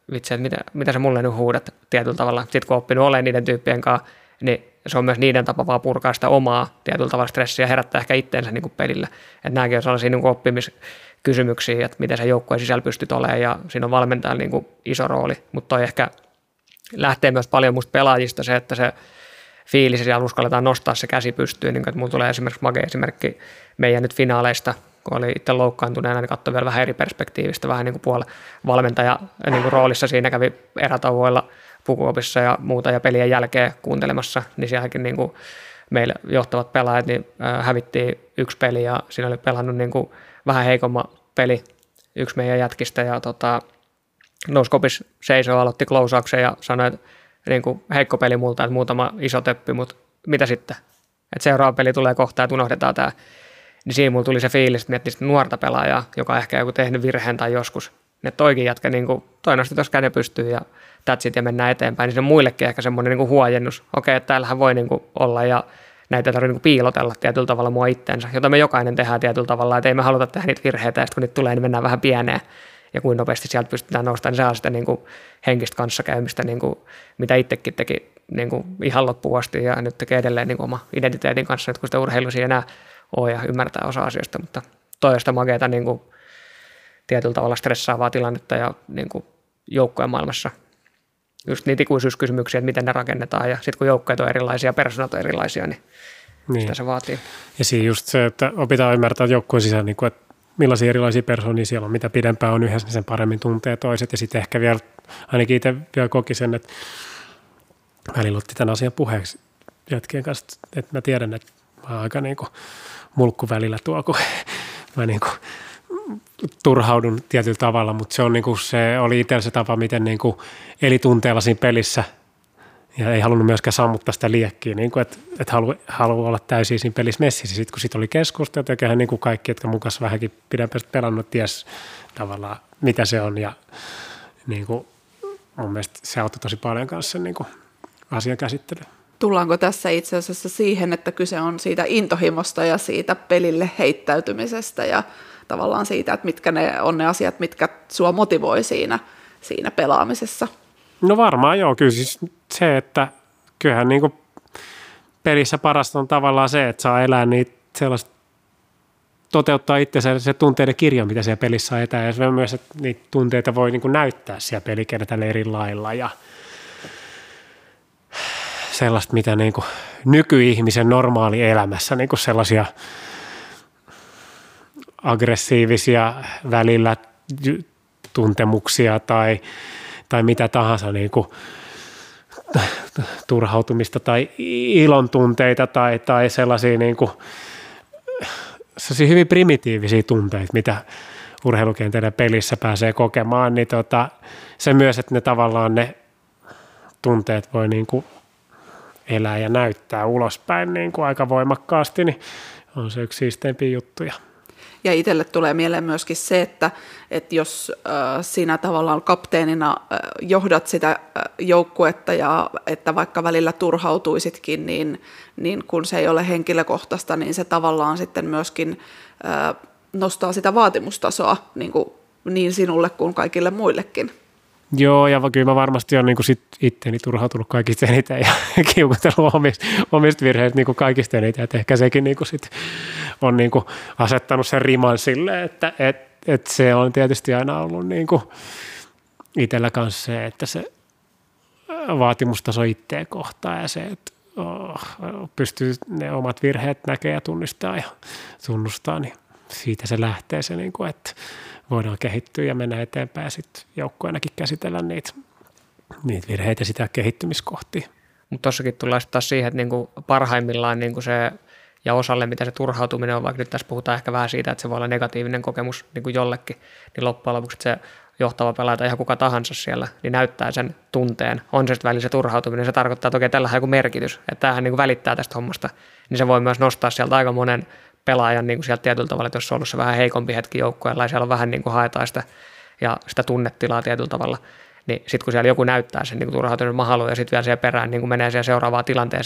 vitsi, että mitä, mitä sä mulle nyt huudat tietyllä tavalla. Sitten kun on oppinut olemaan niiden tyyppien kanssa, niin se on myös niiden tapa vaan purkaa sitä omaa tietyllä tavalla stressiä ja herättää ehkä itteensä niin kuin pelillä. Että nämäkin on sellaisia niin kuin oppimiskysymyksiä, että miten se joukkueen sisällä pystyt olemaan ja siinä on valmentajalla niin kuin iso rooli. Mutta toi ehkä lähtee myös paljon musta pelaajista se, että se fiilis ja siellä uskalletaan nostaa se käsi pystyyn. Niin että mulla tulee esimerkiksi makea esimerkki meidän nyt finaaleista, kun oli itse loukkaantuneena, niin katsoi vielä vähän eri perspektiivistä, vähän niin kuin puolella valmentaja niin kuin roolissa siinä kävi erätauoilla pukuopissa ja muuta ja pelien jälkeen kuuntelemassa, niin sielläkin niin kuin meillä johtavat pelaajat niin hävittiin yksi peli ja siinä oli pelannut niin kuin vähän heikomma peli yksi meidän jätkistä ja tota, nousi kopis seisoo, aloitti klousauksen ja sanoi, että niin kuin heikko peli multa, että muutama iso töppi, mutta mitä sitten? Että seuraava peli tulee kohta, että unohdetaan tämä. Niin siinä mulla tuli se fiilis, että miettii sitä nuorta pelaajaa, joka on ehkä joku tehnyt virheen tai joskus. Ne toikin jätkä, niin kuin, toi nosti tuossa käden pystyy ja that's it ja mennään eteenpäin. Niin se on muillekin ehkä semmoinen niin kuin huojennus. Okei, että täällähän voi niin kuin olla ja näitä ei tarvitse niin kuin piilotella tietyllä tavalla mua itteensä, jota me jokainen tehdään tietyllä tavalla. Että ei me haluta tehdä niitä virheitä ja sitten kun niitä tulee, niin mennään vähän pieneen. Ja kuinka nopeasti sieltä pystytään noustamaan, niin se on sitä niin kuin henkistä kanssakäymistä, niin kuin, mitä itsekin teki niin kuin ihan loppuun asti ja nyt tekee edelleen niin kuin oma identiteetin kanssa, nyt kun sitä urheilussa ei enää ole ja ymmärtää osa asioista, mutta toi on sitä makeata niin kuin tietyllä tavalla stressaavaa tilannetta ja niin kuin joukkojen maailmassa. Just niitä ikuisuuskysymyksiä, että miten ne rakennetaan ja sitten kun joukkoja on erilaisia, persoonat on erilaisia, niin, niin sitä se vaatii. Ja siinä just se, että opitaan ymmärtää joukkueen sisään, niin kuin, että millaisia erilaisia persoonia siellä on, mitä pidempään on yhdessä, niin sen paremmin tuntee toiset ja sitten ehkä vielä, ainakin itse vielä koki sen, että välillä otti tämän asian puheeksi jätkien kanssa, että mä tiedän, että mä oon aika niin kuin mulkku välillä tuo, kun mä niin kuin turhaudun tietyllä tavalla, mutta se, on niin kuin, se oli itsellä se tapa, miten niin kuin eli tunteella siinä pelissä ja ei halunnut myöskään sammuttaa sitä liekkiä, niin kuin, että, että haluaa halu olla täysin siinä pelissä messissä. Sitten kun siitä oli keskusteltu, ja niin kuin kaikki, jotka mun kanssa vähänkin pidempään pelannut, ties tavallaan mitä se on ja niin kuin, mun mielestä se auttoi tosi paljon kanssa sen niin kuin asian käsittelyyn. Tullaanko tässä itse asiassa siihen, että kyse on siitä intohimosta ja siitä pelille heittäytymisestä ja tavallaan siitä, että mitkä ne on ne asiat, mitkä sua motivoi siinä, siinä pelaamisessa? No varmaan joo, kyllä siis se, että kyllähän niin kuin pelissä parasta on tavallaan se, että saa elää niitä sellaista, toteuttaa itsensä se tunteiden kirjo, mitä siellä pelissä etää ja myös, että niitä tunteita voi niin kuin näyttää siellä pelikentällä eri lailla ja sellaista, mitä niin kuin nykyihmisen normaali elämässä, niin kuin sellaisia aggressiivisia välillä tuntemuksia tai, tai mitä tahansa niin kuin turhautumista tai ilon tunteita tai, tai sellaisia, niin kuin, sellaisia hyvin primitiivisiä tunteita, mitä urheilukentällä pelissä pääsee kokemaan, niin tota, se myös, että ne tavallaan ne tunteet voi niin kuin elää ja näyttää ulospäin niin kuin aika voimakkaasti, niin on se yksi siisteimpiä juttuja. Ja itselle tulee mieleen myöskin se, että, että jos äh, sinä tavallaan kapteenina äh, johdat sitä äh, joukkuetta ja että vaikka välillä turhautuisitkin, niin, niin kun se ei ole henkilökohtaista, niin se tavallaan sitten myöskin äh, nostaa sitä vaatimustasoa niin, kuin, niin sinulle kuin kaikille muillekin. Joo, ja kyllä mä varmasti olen niin sit itteeni turhautunut kaikista eniten ja kiukutellut omista, omista virheistä niin kaikista eniten. Et ehkä sekin niin sit on niin asettanut sen riman silleen, että et, et se on tietysti aina ollut niin itsellä kanssa se, että se vaatimustaso itteen kohtaan ja se, että oh, pystyy ne omat virheet näkemään ja tunnistaa ja tunnustaa, niin siitä se lähtee se, niin kuin, että voidaan kehittyä ja mennä eteenpäin ja sitten joukkueenakin käsitellä niitä, niitä virheitä sitä kehittymiskohtia. Mutta tossakin tullaan sitten taas siihen, että niinku parhaimmillaan niinku se, ja osalle mitä se turhautuminen on, vaikka nyt tässä puhutaan ehkä vähän siitä, että se voi olla negatiivinen kokemus niinku jollekin, niin loppujen lopuksi se johtava pelaaja tai ihan kuka tahansa siellä, niin näyttää sen tunteen. On se sitten välillä se turhautuminen, se tarkoittaa toki, että tällä on joku merkitys, että tämähän niinku välittää tästä hommasta, niin se voi myös nostaa sieltä aika monen pelaajan niin kuin sieltä tietyllä tavalla, että jos on ollut se vähän heikompi hetki joukkueella ja siellä on vähän niin kuin haetaan sitä, ja sitä tunnetilaa tietyllä tavalla, niin sitten kun siellä joku näyttää sen niin turhautuneen mahalun ja sitten vielä siihen perään niin kuin menee siihen seuraavaan tilanteeseen, että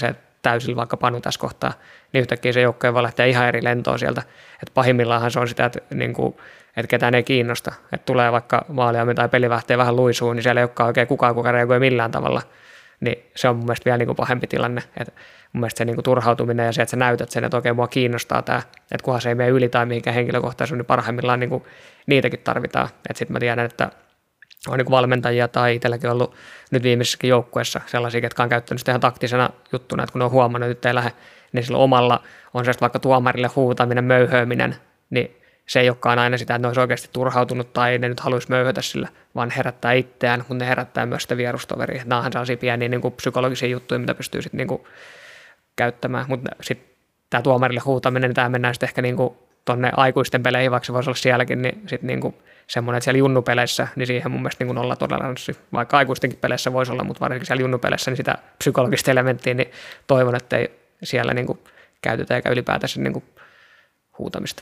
täysillä vaikka Panu tässä kohtaa, niin yhtäkkiä se joukkue voi lähteä ihan eri lentoon sieltä. Et pahimmillaanhan se on sitä, että, niin kuin, että ketään ei kiinnosta. Että tulee vaikka maaliamme tai peli lähtee vähän luisuun, niin siellä ei olekaan oikein kukaan, kuka reagoi millään tavalla. Niin se on mun mielestä vielä niin kuin pahempi tilanne. Et mun mielestä se niin kuin turhautuminen ja se, että sä näytät sen, että oikein mua kiinnostaa tämä, että kunhan se ei mene yli tai mihinkään henkilökohtaisuus, niin parhaimmillaan niin kuin niitäkin tarvitaan. Että sitten mä tiedän, että on niin valmentajia tai itselläkin ollut nyt viimeisessäkin joukkueessa sellaisia, jotka on käyttänyt sitä ihan taktisena juttuna, että kun ne on huomannut, että nyt ei lähde, niin sillä omalla on se vaikka tuomarille huutaminen, möyhööminen, niin se ei olekaan aina sitä, että ne olisi oikeasti turhautunut tai ne nyt haluaisi möyhötä sillä, vaan herättää itseään, mutta ne herättää myös sitä vierustoveria. Nämä on sellaisia pieniä niin kuin psykologisia juttuja, mitä pystyy sitten niin kuin käyttämään, mutta sitten tämä tuomarille huutaminen, niin tämä mennään sitten ehkä niin kuin tuonne aikuisten peleihin, vaikka se voisi olla sielläkin, niin sitten niin kuin semmoinen, että siellä junnupeleissä, niin siihen mun mielestä niin nolla toleranssi, vaikka aikuistenkin peleissä voisi olla, mutta varsinkin siellä junnupeleissä, niin sitä psykologista elementtiä, niin toivon, että ei siellä niin kuin käytetä eikä ylipäätänsä niin kuin huutamista.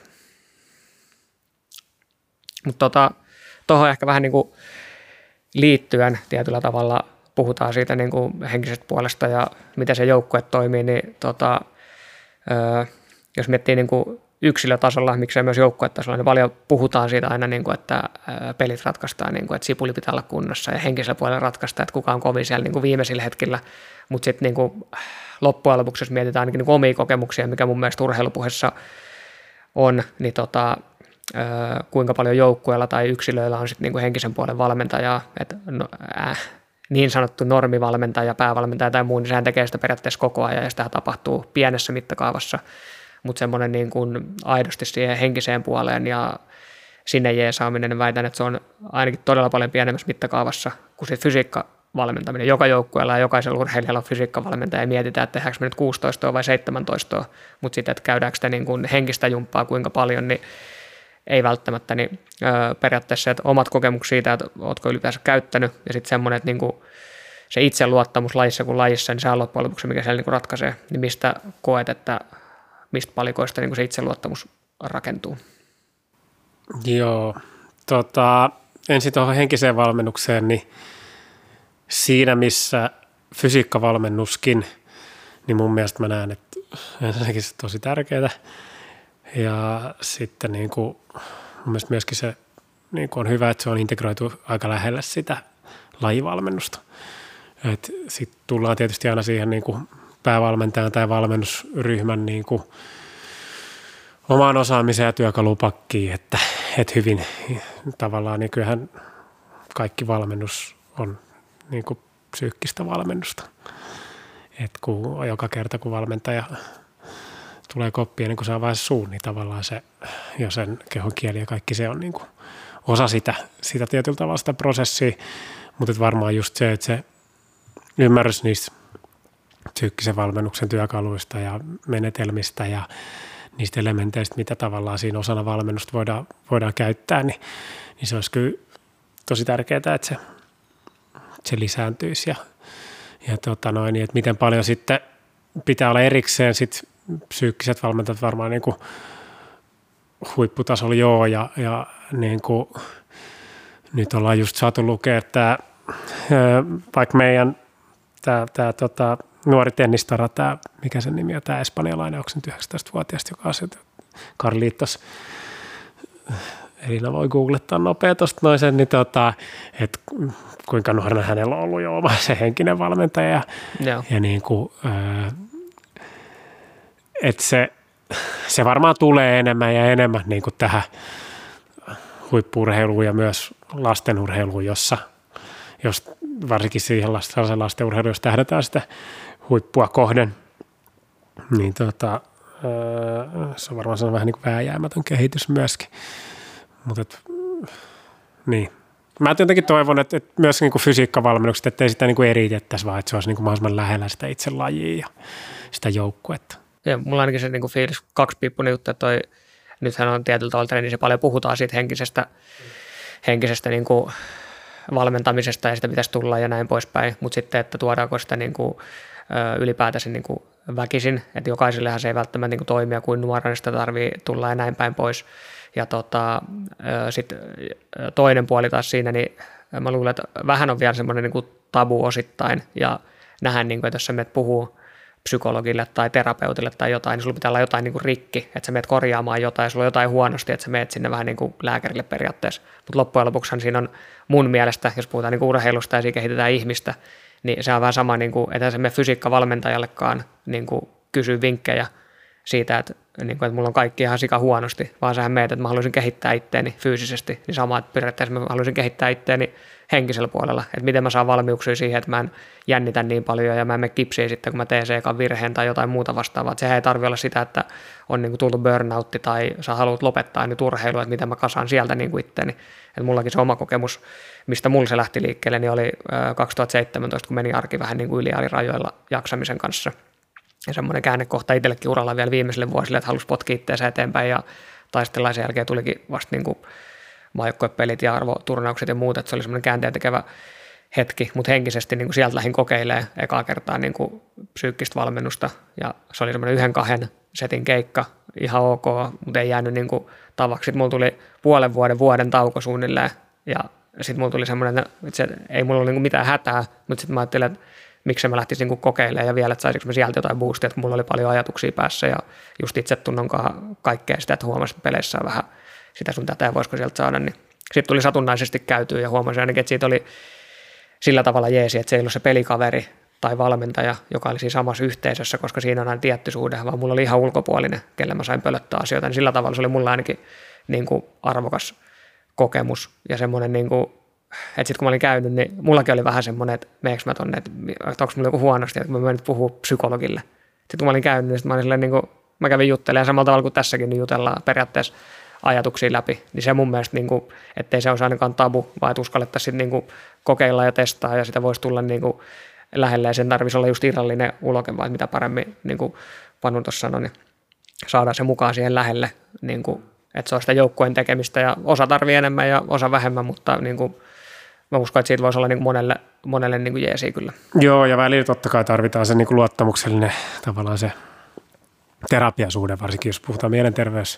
Mutta tota, tuohon ehkä vähän niin kuin liittyen tietyllä tavalla puhutaan siitä niin kuin henkisestä puolesta ja miten se joukkue toimii, niin tota, öö, jos miettii niin kuin yksilötasolla, miksei myös joukkuetasolla, niin paljon puhutaan siitä aina, niin kuin, että pelit ratkaistaan, niin kuin, että sipuli pitää olla kunnossa ja henkisellä puolella ratkaistaan, että kuka on kovin siellä niin kuin viimeisillä hetkillä, mutta sitten niin loppujen lopuksi, jos mietitään ainakin niin kuin omia kokemuksia, mikä mun mielestä urheilupuheessa on, niin tota, kuinka paljon joukkueella tai yksilöillä on sitten niin kuin henkisen puolen valmentajaa, että no, äh, niin sanottu normivalmentaja, päävalmentaja tai muu, niin sehän tekee sitä periaatteessa koko ajan ja sitä tapahtuu pienessä mittakaavassa, mutta semmoinen niin kuin aidosti siihen henkiseen puoleen ja sinne jeesaaminen, niin väitän, että se on ainakin todella paljon pienemmässä mittakaavassa kuin sitten fysiikkavalmentaminen. Joka joukkueella ja jokaisella urheilijalla on fysiikkavalmentaja ja mietitään, että tehdäänkö me nyt kuusitoista vai seitsemäntoista, mutta sitten, että käydäänkö sitä niin kuin henkistä jumppaa kuinka paljon, niin ei välttämättä. Niin, öö, periaatteessa että omat kokemukset siitä, että oletko ylipäänsä käyttänyt ja sitten semmoinen, että niin kuin se itseluottamus lajissa kuin lajissa, niin se on loppujen lopuksi, mikä siellä niin kuin ratkaisee. Niin mistä koet, että mistä palikoista niin kuin se itseluottamus rakentuu? Joo, tota, ensin tuohon henkiseen valmennukseen, niin siinä missä fysiikkavalmennuskin, niin mun mielestä mä näen, että ensinnäkin se on tosi tärkeää ja sitten niin kuin, mun mielestä myöskin se niin kuin on hyvä, että se on integroitu aika lähelle sitä lajivalmennusta. Sitten tullaan tietysti aina siihen niin kuin päävalmentajan tai valmennusryhmän niin kuin omaan osaamiseen ja työkalupakkiin, että, että hyvin tavallaan niin kyllähän kaikki valmennus on niin kuin psyykkistä valmennusta. Että kun joka kerta kun valmentaja tulee koppiin, niin kun saa vain suun, niin tavallaan se jo sen kehon kieli ja kaikki se on niin kuin osa sitä, sitä tietyllä tavalla sitä prosessia, mutta varmaan just se, että se ymmärrys niistä psyykkisen valmennuksen työkaluista ja menetelmistä ja niistä elementeistä, mitä tavallaan siinä osana valmennusta voidaan, voidaan käyttää, niin, niin se olisi kyllä tosi tärkeää, että se, se lisääntyisi ja, ja tota noin, niin, että miten paljon sitten pitää olla erikseen sit psyykkiset valmentajat varmaan niin kuin huipputasolla joo ja, ja niin kuin nyt ollaan just saatu lukea, että vaikka meidän tämä, tämä tota, nuori tennistara, tämä, mikä sen nimi on, tämä espanjalainen, onko se nyt yhdeksäntoistavuotiaasta, joka on Carlitos, Elina voi googlettaa nopea tuosta noin sen, niin tota, että kuinka nuorena hänellä on ollut jo oma se henkinen valmentaja ja, ja niin kuin, että se, se varmaan tulee enemmän ja enemmän niin kuin tähän huippu-urheiluun ja myös lastenurheiluun, jossa jos varsinkin siihen lasten, lastenurheiluun, jos tähdätään sitä huippua kohden, niin tota, se on varmaan vähän niin kuin vääjäämätön kehitys myöskin. Mutta niin. Mä jotenkin toivon, että, että myös niin kuin fysiikkavalmennukset, ettei sitä niin kuin eritettäisi, vaan että se olisi niin kuin mahdollisimman lähellä sitä itse lajia ja sitä joukkuetta. Ja mulla ainakin se niin kuin fiilis kaksipiippunen juttu, että toi, nythän on tietyllä tavalla treenissä paljon puhutaan siitä henkisestä, henkisestä niin kuin valmentamisesta ja sitä pitäisi tulla ja näin poispäin, mutta sitten, että tuodaanko sitä niin kuin, ylipäätänsä niin kuin väkisin, että jokaisellehan se ei välttämättä niin kuin toimia kuin nuorena, sitä tarvii tulla ja näin päin pois. Ja tota, sitten toinen puoli taas siinä, niin mä luulen, että vähän on vielä semmoinen niin kuin tabu osittain ja nähdään, niin kuin, että jos sä menet puhuu psykologille tai terapeutille tai jotain, niin sulla pitää olla jotain niin kuin rikki, että sä meet korjaamaan jotain ja sulla on jotain huonosti, että sä meet sinne vähän niin kuin lääkärille periaatteessa. Mutta loppujen lopuksihan siinä on mun mielestä, jos puhutaan niin kuin urheilusta ja siinä kehitetään ihmistä, niin se on vähän sama, niin kuin, että se me fysiikkavalmentajallekaan niin kuin kysyy vinkkejä siitä, että, niin kuin, että mulla on kaikki ihan sika huonosti, vaan sähän meet, että mä haluaisin kehittää itteeni fyysisesti, niin sama, että periaatteessa mä haluaisin kehittää itteeni henkisellä puolella, että miten mä saan valmiuksia siihen, että mä en jännitä niin paljon ja mä en mene kipsiin sitten, kun mä teen se ekan virheen tai jotain muuta vastaavaa. Että sehän ei tarvitse olla sitä, että on niin kuin tullut burnoutti tai sä haluat lopettaa nyt urheilua, että miten mä kasaan sieltä niin kuin itteeni. Että mullakin se oma kokemus, mistä mulla se lähti liikkeelle, niin oli kaksituhattaseitsemäntoista, kun meni arki vähän niin kuin ylialirajoilla jaksamisen kanssa. Ja semmoinen käännekohta itsellekin uralla vielä viimeiselle vuosille, että halusi potkia itseänsä eteenpäin ja taistella, sen jälkeen tulikin vasta niin kuin maajoukkuepelit ja arvoturnaukset ja muut, että se oli semmoinen käänteen tekevä hetki, mutta henkisesti niin kuin sieltä lähdin kokeilemaan ekaa kertaa niin kuin psyykkistä valmennusta ja se oli semmoinen yhden kahden setin keikka, ihan ok, mutta ei jäänyt niin kuin tavaksi. Sitten mulla tuli puolen vuoden, vuoden tauko suunnilleen ja sitten mulla tuli semmoinen, että se, ei mulla ollut niin kuin mitään hätää, mutta sitten mä ajattelin, että miksi mä lähtisin niin kokeilemaan ja vielä, että saisinko mä sieltä jotain boostia, että mulla oli paljon ajatuksia päässä ja just itsetunnonkaan kaikkea sitä, että huomasin, että peleissä on vähän sitä sun tätä ja voisiko sieltä saada, niin sitten tuli satunnaisesti käytyä ja huomasin ainakin, että siitä oli sillä tavalla jeesi, että se ei ollut se pelikaveri tai valmentaja, joka oli siinä samassa yhteisössä, koska siinä on aina tietty suhde, vaan mulla oli ihan ulkopuolinen, kelle mä sain pölöttää asioita, niin sillä tavalla se oli mulla ainakin niin kuin arvokas kokemus ja semmoinen, niin kuin, että sitten kun mä olin käynyt, niin mullakin oli vähän semmoinen, että meneekö mä tonne, että onko mulla joku huonosti, että mä menen nyt puhua psykologille. Sitten kun mä olin käynyt, niin sitten mä olin silleen, niin kuin, mä kävin juttelemaan samalla tavalla kuin tässäkin, niin jutellaan periaatteessa ajatuksia läpi, niin se mun mielestä, niin kuin, ettei se olisi ainakaan tabu, vaan että uskallettaisiin niin kuin, kokeilla ja testaa ja sitä voisi tulla niin kuin, lähelle ja sen tarvitsisi olla just irrallinen uloke, vaan mitä paremmin, niin kuin Panu tuossa sanoi, niin saadaan se mukaan siihen lähelle, niin kuin, että se on sitä joukkueen tekemistä ja osa tarvii enemmän ja osa vähemmän, mutta niin kuin, mä uskon, että siitä voisi olla niin kuin monelle, monelle niin kuin jeesiä kyllä. Joo, ja välillä totta kai tarvitaan se niin kuin luottamuksellinen tavallaan se terapiasuhde, varsinkin jos puhutaan mielenterveys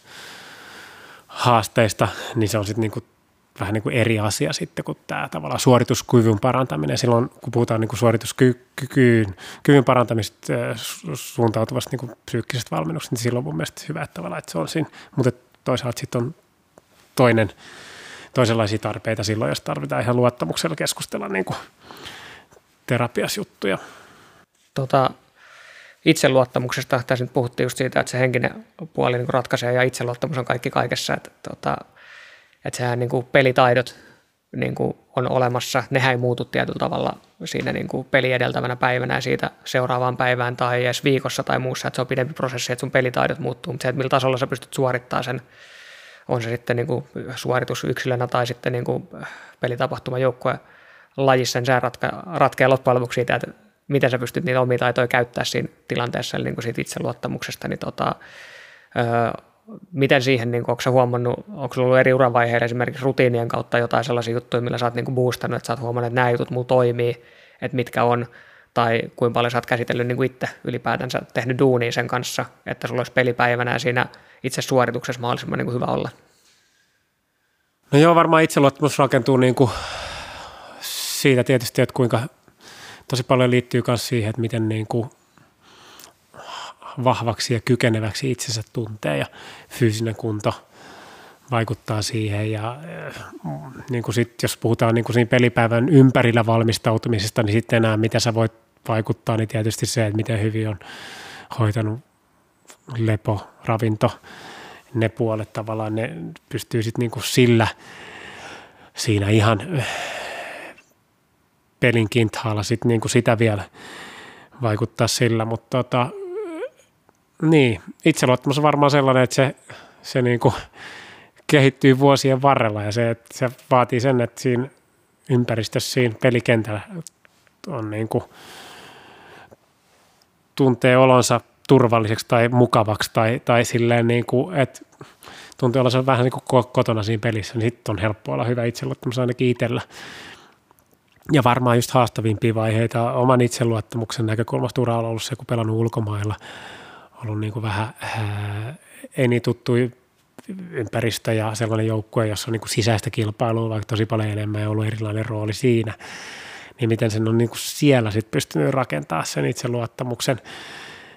haasteista, niin se on sitten niinku, vähän niin kuin eri asia sitten kuin tämä tavallaan suorituskyvyn parantaminen. Silloin kun puhutaan niinku suorituskykyyn kyvyn parantamista suuntautuvasta niinku psyykkisestä valmennuksesta, niin silloin on mun mielestä hyvä, että, tavallaan, että se on siinä. Mutta toisaalta sitten on toinen, toisenlaisia tarpeita silloin, jos tarvitaan ihan luottamuksella keskustella niinku terapiasjuttuja. Tota, itseluottamuksesta, tässä nyt puhuttiin just siitä, että se henkinen puoli niin ratkaisee ja itseluottamus on kaikki kaikessa, että, tota, että sehän niin kuin pelitaidot niin kuin on olemassa, nehän ei muutu tietyllä tavalla siinä niin kuin peli edeltävänä päivänä ja siitä seuraavaan päivään tai edes viikossa tai muussa, että se on pidempi prosessi, että sun pelitaidot muuttuu, mutta se, että millä tasolla sä pystyt suorittamaan sen, on se sitten niin kuin suoritus yksilönä tai sitten niin kuin pelitapahtuma joukkueen lajissa, niin se ratka, ratkeaa loppujen lopuksi siitä, että miten sä pystyt niitä omia taitoja käyttää siinä tilanteessa, eli niin kuin siitä itseluottamuksesta, niin tota, öö, miten siihen, niin kuin, onko sä huomannut, onko sulla ollut eri uravaiheilla esimerkiksi rutiinien kautta jotain sellaisia juttuja, millä sä oot niin kuin boostannut, että sä oot huomannut, että nämä jutut mulla toimii, että mitkä on, tai kuinka paljon sä oot käsitellyt niin kuin itse ylipäätänsä tehnyt duunia sen kanssa, että sulla olisi pelipäivänä ja siinä itse suorituksessa mahdollisimman niin kuin hyvä olla. No joo, varmaan itseluottamus rakentuu niin kuin siitä tietysti, että kuinka tosi paljon liittyy myös siihen, että miten niin kuin vahvaksi ja kykeneväksi itsensä tuntee ja fyysinen kunto vaikuttaa siihen. Ja niin kuin sit, jos puhutaan niin kuin siinä pelipäivän ympärillä valmistautumisesta, niin sitten enää mitä sä voit vaikuttaa, niin tietysti se, että miten hyvin on hoitanut lepo, ravinto, ne puolet tavallaan, ne pystyy sitten niin kuin sillä siinä ihan pelin kinthaalla sit niinku sitä vielä vaikuttaa sillä, mutta tota, niin, itseluottamus on varmaan sellainen, että se, se niinku kehittyy vuosien varrella ja se, että se vaatii sen, että siinä ympäristössä, siinä pelikentällä on niinku, tuntee olonsa turvalliseksi tai mukavaksi tai, tai silleen niinku, että tuntee olonsa vähän niin kuin kotona siinä pelissä, niin sitten on helppo olla hyvä itseluottamus ainakin itsellä. Ja varmaan just haastavimpia vaiheita oman itseluottamuksen näkökulmasta uralla on ollut se, kun pelannut ulkomailla, ollut niin kuin vähän ää, ei niin tuttu ympäristö ja sellainen joukkue, jossa on niin kuin sisäistä kilpailua vaikka tosi paljon enemmän ja ollut erilainen rooli siinä, niin miten sen on niin kuin siellä sit pystynyt rakentamaan sen itseluottamuksen.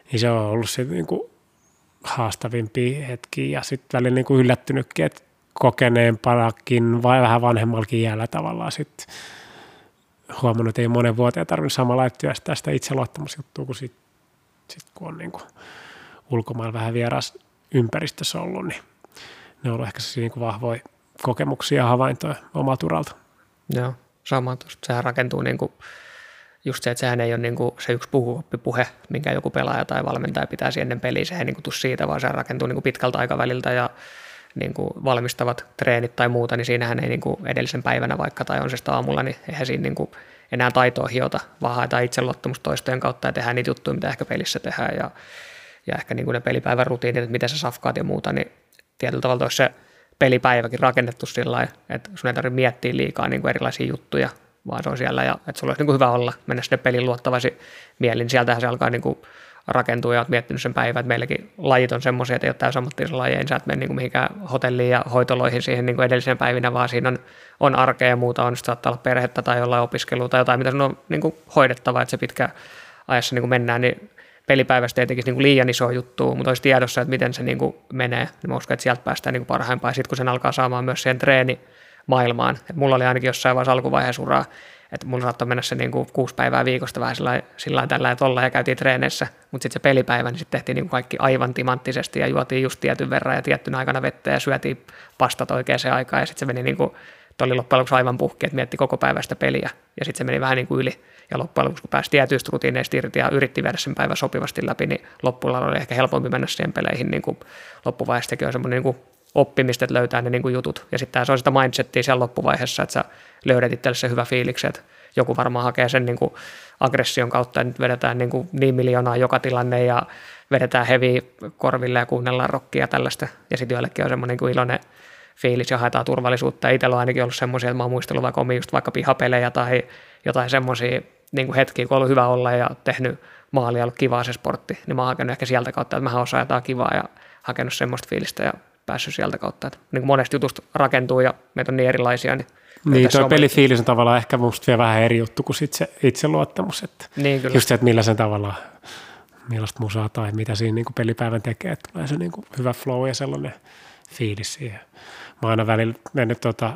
niin se on ollut sitten niinku haastavimpia hetkiä ja sitten välillä niinku yllättynytkin, että kokeneempanakin vai vähän vanhemmallakin iällä tavallaan sitten huomannut, että ei monen vuoteen tarvinnut samalla työstää sitä itseluottamusjuttua, kun sit, sit kun on niinku ulkomailla vähän vieras ympäristössä ollut, niin ne on ollut ehkä sellaisia niinku vahvoja kokemuksia ja havaintoja omalta uralta. Joo, sama tuosta. Sehän rakentuu niinku just se, että sehän ei ole niinku se yksi puhuoppipuhe, minkä joku pelaaja tai valmentaja pitäisi ennen peliä. Sehän ei niinku tule siitä, vaan se rakentuu niinku pitkältä aikaväliltä ja niinku valmistavat treenit tai muuta, niin siinähän ei niinku edellisen päivänä vaikka tai on se sitä aamulla, niin eihän siinä niinku enää taitoa hiota, vaan haetaan itseluottamusta toistojen kautta ja tehdään niitä juttuja, mitä ehkä pelissä tehdään ja, ja ehkä niinku ne pelipäivän rutiinit, että miten sä safkaat ja muuta, niin tietyllä tavalla olisi se pelipäiväkin rakennettu sillä lailla, että sun ei tarvitse miettiä liikaa niinku erilaisia juttuja, vaan se on siellä ja että sulla olisi niinku hyvä olla, mennä sinne pelin luottavaisin mielin, sieltähän se alkaa niinku rakentuu ja olet miettinyt sen päivän, että meilläkin lajit on semmoisia, että ei ole täysammattilaisia lajeja, sä et mene niin mihinkään hotelliin ja hoitoloihin siihen niin edelliseen päivinä, vaan siinä on, on arkea ja muuta, on saattaa olla perhettä tai jollain opiskelua tai jotain, mitä sun on niin kuin hoidettava, että se pitkä ajassa niin kuin mennään, niin pelipäivästä ei tekisi niin kuin liian isoa juttua, mutta olisi tiedossa, että miten se niin kuin menee, niin mä uskon, että sieltä päästään niin kuin parhaimpaan, ja sitten kun sen alkaa saamaan myös siihen treenimaailmaan, että mulla oli ainakin jossain vaiheessa alkuvaiheessa uraa, että mulla saattoi mennä se niin kuin kuusi päivää viikosta vähän sillä lailla tällä ja tolla ja käytiin treeneissä, mutta sitten se pelipäivä, niin sitten tehtiin niin kuin kaikki aivan timanttisesti ja juotiin just tietyn verran ja tiettynä aikana vettä ja syötiin pastat oikeaan aikaan ja sitten se meni niin kuin, oli loppujen lopuksi aivan puhki, että mietti koko päivästä peliä ja sitten se meni vähän niin kuin yli ja loppujen lopuksi kun pääsi tietyistä rutiineista irti ja yritti viedä sen päivän sopivasti läpi, niin loppujen oli ehkä helpompi mennä siihen peleihin niin kuin loppuvaiheestakin on semmoinen niin kuin oppimista, että löytää ne niin kuin jutut. Ja sitten se on sitä mindsettiä siellä loppuvaiheessa, että sä löydät itselle se hyvä fiiliksi, että joku varmaan hakee sen niin kuin aggression kautta, että nyt vedetään niin, kuin niin miljoonaa joka tilanne ja vedetään heviä korville ja kuunnellaan rockia ja tällaista. Ja sitten joillekin on semmoinen niin iloinen fiilis ja haetaan turvallisuutta. Ja itsellä on ainakin ollut semmoisia, että mä oon muistellut vaikka omia just vaikka pihapelejä tai jotain semmoisia niin kuin hetkiä, kun on ollut hyvä olla ja tehnyt maalia, ollut kivaa se sportti, niin mä oon hakenut ehkä sieltä kautta, että mähän osaan jotain kivaa ja hakenut semmoista fiilistä ja päässyt sieltä kautta. Että niin kuin monesta jutusta rakentuu ja meitä on niin erilaisia. Niin, niin tuo pelifiilis on tavallaan ehkä musta vielä vähän eri juttu kuin sit se itseluottamus. Että niin, kyllä. Just se, että millä sen tavallaan, millaista musaa tai mitä siinä niin kuin pelipäivän tekee, että tulee se niin kuin hyvä flow ja sellainen fiilis siihen. Mä oon aina välillä mennyt, tota,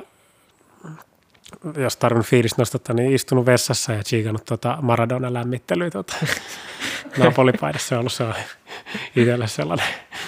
jos tarvinnut fiilistä nostata, niin istunut vessassa ja tsiikannut tota Maradona lämmittelyä tota, Napoli-paidassa. Se on ollut se itselle sellainen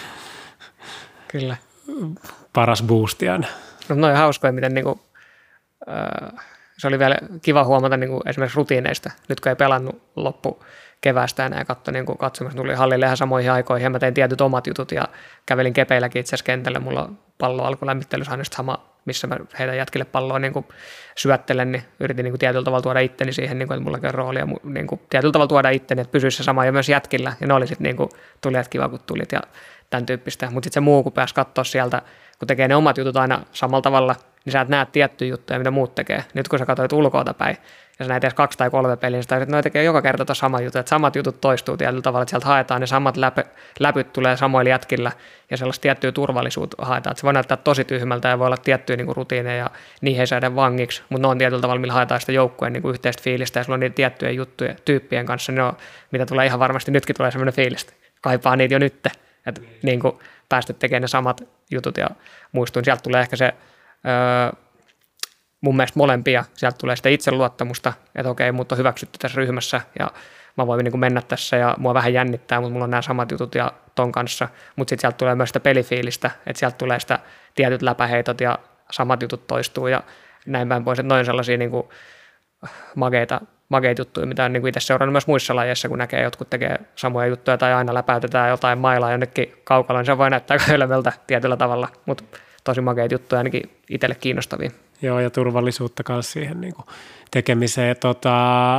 kyllä paras boosti aina. No noin hauskoja, miten niinku, äh, se oli vielä kiva huomata niinku esimerkiksi rutiineista. Nyt kun ei pelannut loppu keväästä enää ja katso, niinku, katsomassa, tuli hallille ihan samoihin aikoihin ja mä tein tietyt omat jutut ja kävelin kepeilläkin itse asiassa kentälle. Mulla on pallo alkulämmittelyssä aina sama, missä mä heitän jätkille palloa niinku syöttelen, niin yritin niinku tietyllä tavalla tuoda itteni siihen, niinku, että mullakin on rooli ja niinku, tietyllä tavalla tuoda itteni, että pysyisi se sama ja myös jätkillä. Ja ne oli sitten niinku, tuli, että kiva kun tulit ja tämän tyyppistä. Mutta sitten se muu, kun pääsi katsoa sieltä, kun tekee ne omat jutut aina samalla tavalla, niin sä et näe tiettyjä juttuja, mitä muut tekee. Nyt kun sä katsoit ulkoota päin, ja sä näet edes kaksi tai kolme peliä, niin että noi tekee joka kerta tuossa sama juttu, että samat jutut toistuu tietyllä tavalla, että sieltä haetaan ne samat läpy, läpyt tulee samoilla jätkillä, ja sellaista tiettyä turvallisuutta haetaan. Että se voi näyttää tosi tyhmältä, ja voi olla tiettyjä niin kuin rutiineja, ja niihin ei saada vangiksi, mutta ne on tietyllä tavalla, millä haetaan sitä joukkueen niin kuin yhteistä fiilistä, ja sulla on niitä tiettyjä juttuja tyyppien kanssa, ne on, mitä tulee ihan varmasti, nytkin tulee semmoinen fiilistä. Kaipaa niitä jo nyt, että niin kuin päästä tekemään ne samat jutut, ja muistuin, sieltä tulee ehkä se, öö, mun mielestä molempia, sieltä tulee sitä itseluottamusta, että okei, mut on hyväksytty tässä ryhmässä, ja mä voin niin kuin mennä tässä, ja mua vähän jännittää, mutta mulla on nämä samat jutut ja ton kanssa, mutta sitten sieltä tulee myös sitä pelifiilistä, että sieltä tulee sitä tietyt läpäheitot, ja samat jutut toistuu, ja näin päin pois, että noin sellaisia niin kuin mageita, mageita juttuja, mitä on niin kuin itse seurannut myös muissa lajeissa, kun näkee, jotkut tekee samoja juttuja, tai aina läpäytetään jotain mailaa jonnekin kaukalla, niin se voi näyttää hölmöltä tietyllä tavalla, mutta tosi makeita juttuja ainakin itselle kiinnostavia. Joo, ja turvallisuutta kanssa siihen niin kuin tekemiseen. Tota,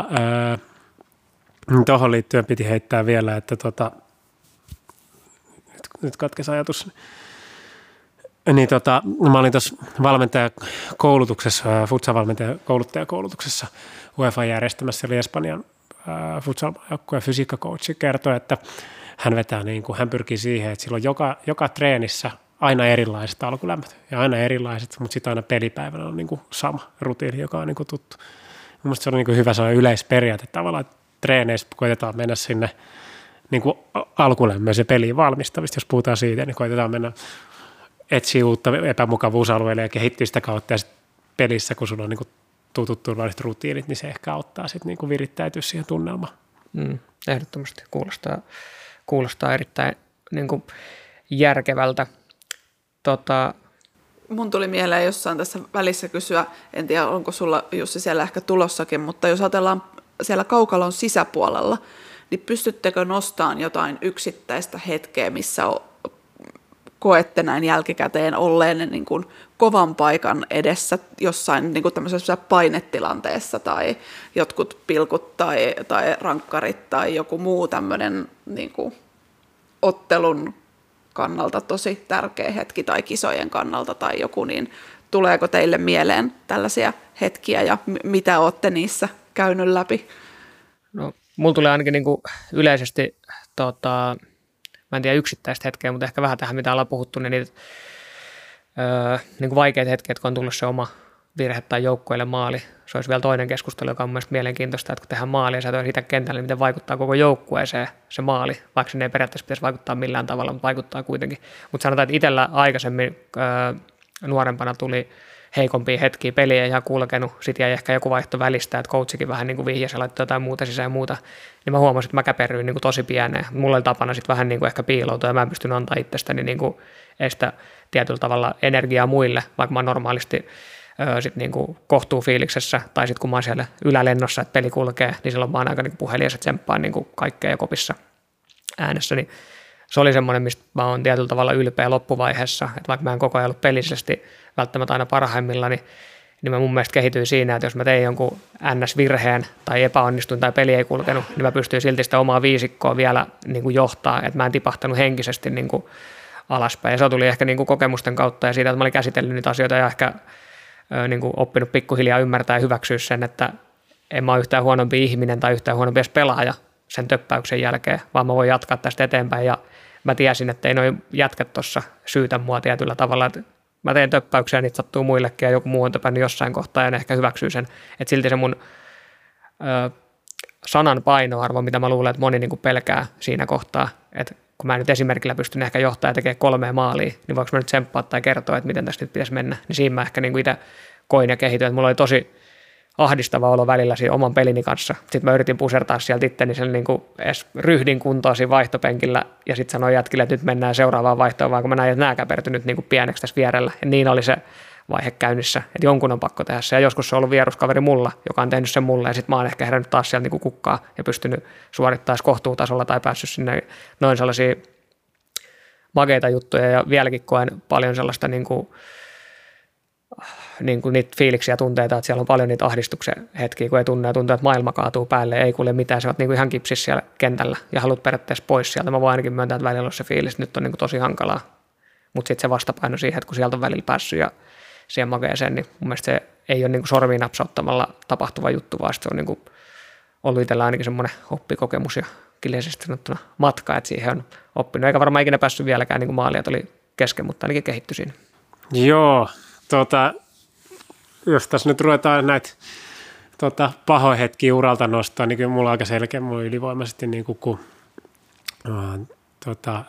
tuohon liittyen piti heittää vielä, että tota, nyt, nyt katkesi ajatus. Niin tota, mä olin tuossa valmentajakoulutuksessa, futsal-valmentajan kouluttajakoulutuksessa U E F A-järjestämässä, eli Espanjan futsal-joukkueen fysiikkacoachi kertoi, että hän vetää niin kuin, hän pyrkii siihen, että silloin joka, joka treenissä aina erilaiset alkulämmöt ja aina erilaiset, mutta sitten aina pelipäivänä on niin kuin sama rutiini, joka on niin kuin tuttu. Mielestäni se on niin kuin hyvä sellainen yleisperiaate tavallaan, että treeneissä koitetaan mennä sinne niin kuin alkulämmöisen peliin valmistamista, jos puhutaan siitä, niin koitetaan mennä etsiä uutta epämukavuusalueelle ja kehittyä sitä kautta, ja pelissä, kun sulla on niin kuin tutut turvalliset rutiinit, niin se ehkä auttaa sitten niin kuin virittäytyä siihen tunnelmaan. Mm, ehdottomasti kuulostaa, kuulostaa erittäin niin kuin järkevältä. Tota, Mun tuli mieleen jossain tässä välissä kysyä, en tiedä onko sulla Jussi siellä ehkä tulossakin, mutta jos ajatellaan siellä kaukalon sisäpuolella, niin pystyttekö nostamaan jotain yksittäistä hetkeä, missä koette näin jälkikäteen olleen niin kuin kovan paikan edessä jossain niin kuin tämmöisessä painetilanteessa tai jotkut pilkut tai, tai rankkarit tai joku muu tämmöinen niin kuin ottelun kannalta tosi tärkeä hetki tai kisojen kannalta tai joku, niin tuleeko teille mieleen tällaisia hetkiä ja m- mitä olette niissä käynyt läpi? No, mulla tulee ainakin niin kuin yleisesti, tota, mä en tiedä yksittäistä hetkeä, mutta ehkä vähän tähän, mitä ollaan puhuttu, niin niitä öö, niin kuin vaikeita hetkiä, kun on tullut se oma virhe tai joukkueelle maali. Se olisi vielä toinen keskustelu, joka on mielestäni mielenkiintoista, että kun tehdään maali ja sä toit itse kentälle, niin miten vaikuttaa koko joukkueeseen se maali, vaikka se ei periaatteessa pitäisi vaikuttaa millään tavalla, mutta vaikuttaa kuitenkin. Mutta sanotaan, että itsellä aikaisemmin öö, nuorempana tuli heikompia hetkiä, peliä ei ihan kulkenut, sitten jäi ehkä joku vaihto välistä, että coachikin vähän niin kuin vihjasi ja laittoi jotain muuta sisään ja muuta, niin mä huomasin, että mä käperryin niin kuin tosi pieneen. Mulla oli tapana sitten vähän niin kuin ehkä piiloutua ja mä en pystynyt antaa itsestäni niin kuin estä tietyllä tavalla energiaa muille, vaikka mä oon normaalisti öö, sit niin kuin kohtuu fiiliksessä tai sitten kun mä oon siellä ylälennossa, että peli kulkee, niin silloin mä oon aika niin kuin puhelias, että tsemppaan niin kuin kaikkea ja kopissa äänessä, niin se oli semmoinen, mistä mä oon tietyllä tavalla ylpeä loppuvaiheessa, että vaikka mä en koko ajan ollut pelillisesti välttämättä aina parhaimmilla, niin, niin mä mun mielestä kehityin siinä, että jos mä tein jonkun N S-virheen tai epäonnistuin tai peli ei kulkenut, niin mä pystyin silti sitä omaa viisikkoa vielä niin kuin johtaa, että mä en tipahtanut henkisesti niin kuin alaspäin. Ja se tuli ehkä niin kuin kokemusten kautta ja siitä, että mä olin käsitellyt niitä asioita ja ehkä niin kuin oppinut pikkuhiljaa ymmärtää ja hyväksyä sen, että en mä ole yhtään huonompi ihminen tai yhtään huonompi edes pelaaja sen töppäyksen jälkeen, vaan mä voin jatkaa tästä eteenpäin ja mä tiesin, että ei noin jätkät tuossa syytä mua tietyllä tavalla, että mä teen töppäyksiä ja niitä sattuu muillekin ja joku muu on töpännyt jossain kohtaa ja ne ehkä hyväksyy sen. Että silti se mun ö, sanan painoarvo, mitä mä luulen, että moni niin kuin pelkää siinä kohtaa, että kun mä nyt esimerkillä pystyn ehkä johtaa ja tekemään kolmea maalia, niin voinko mä nyt tsemppaa tai kertoa, että miten tästä nyt pitäisi mennä. Niin siinä mä ehkä niin kuin itse koin ja kehityin, että mulla oli tosi ahdistava olo välillä siinä oman pelini kanssa. Sitten mä yritin pusertaa sieltä itteni sen niin kuin edes ryhdin kuntoon siinä vaihtopenkillä ja sitten sanoin jätkille, että nyt mennään seuraavaan vaihtoon, vaan kun mä näin, että nämä käpertynyt niin kuin pieneksi tässä vierellä. Ja niin oli se vaihe käynnissä, että jonkun on pakko tehdä se. Ja joskus se on ollut vieruskaveri mulla, joka on tehnyt sen mulle ja sitten mä oon ehkä herännyt taas sieltä niin kuin kukkaa ja pystynyt suorittamaan kohtuutasolla tai päässyt sinne noin sellaisia makeita juttuja ja vieläkin koen paljon sellaista niin kuin niin kuin niitä fiiliksiä ja tunteita, että siellä on paljon niitä ahdistuksen hetkiä, kun ei tunne ja tuntuu, että maailma kaatuu päälle, ei kuule mitään, sä oot niin kuin ihan kipsissä siellä kentällä ja haluat periaatteessa pois sieltä. Mä voin ainakin myöntää, että välillä on se fiilis, että nyt on niin kuin tosi hankalaa, mutta sitten se vastapaino siihen, että kun sieltä on välillä päässyt ja siihen makeeseen, niin mun mielestä se ei ole niin kuin sormiin napsauttamalla tapahtuva juttu, vaan se on niin kuin ollut itsellä ainakin semmoinen oppikokemus ja kiljaisesti sanottuna matka, että siihen on oppinut, eikä varmaan ikinä päässyt vieläkään, niin kuin maalijat oli kesken, mutta ainakin kehittyi siinä. Joo, Tota, jos tässä nyt ruvetaan näitä tota, pahoja hetkiä uralta nostaa, niin kyllä mulla on aika selkeä, mulla on ylivoimaisesti, niin kuin, kun uh, tota,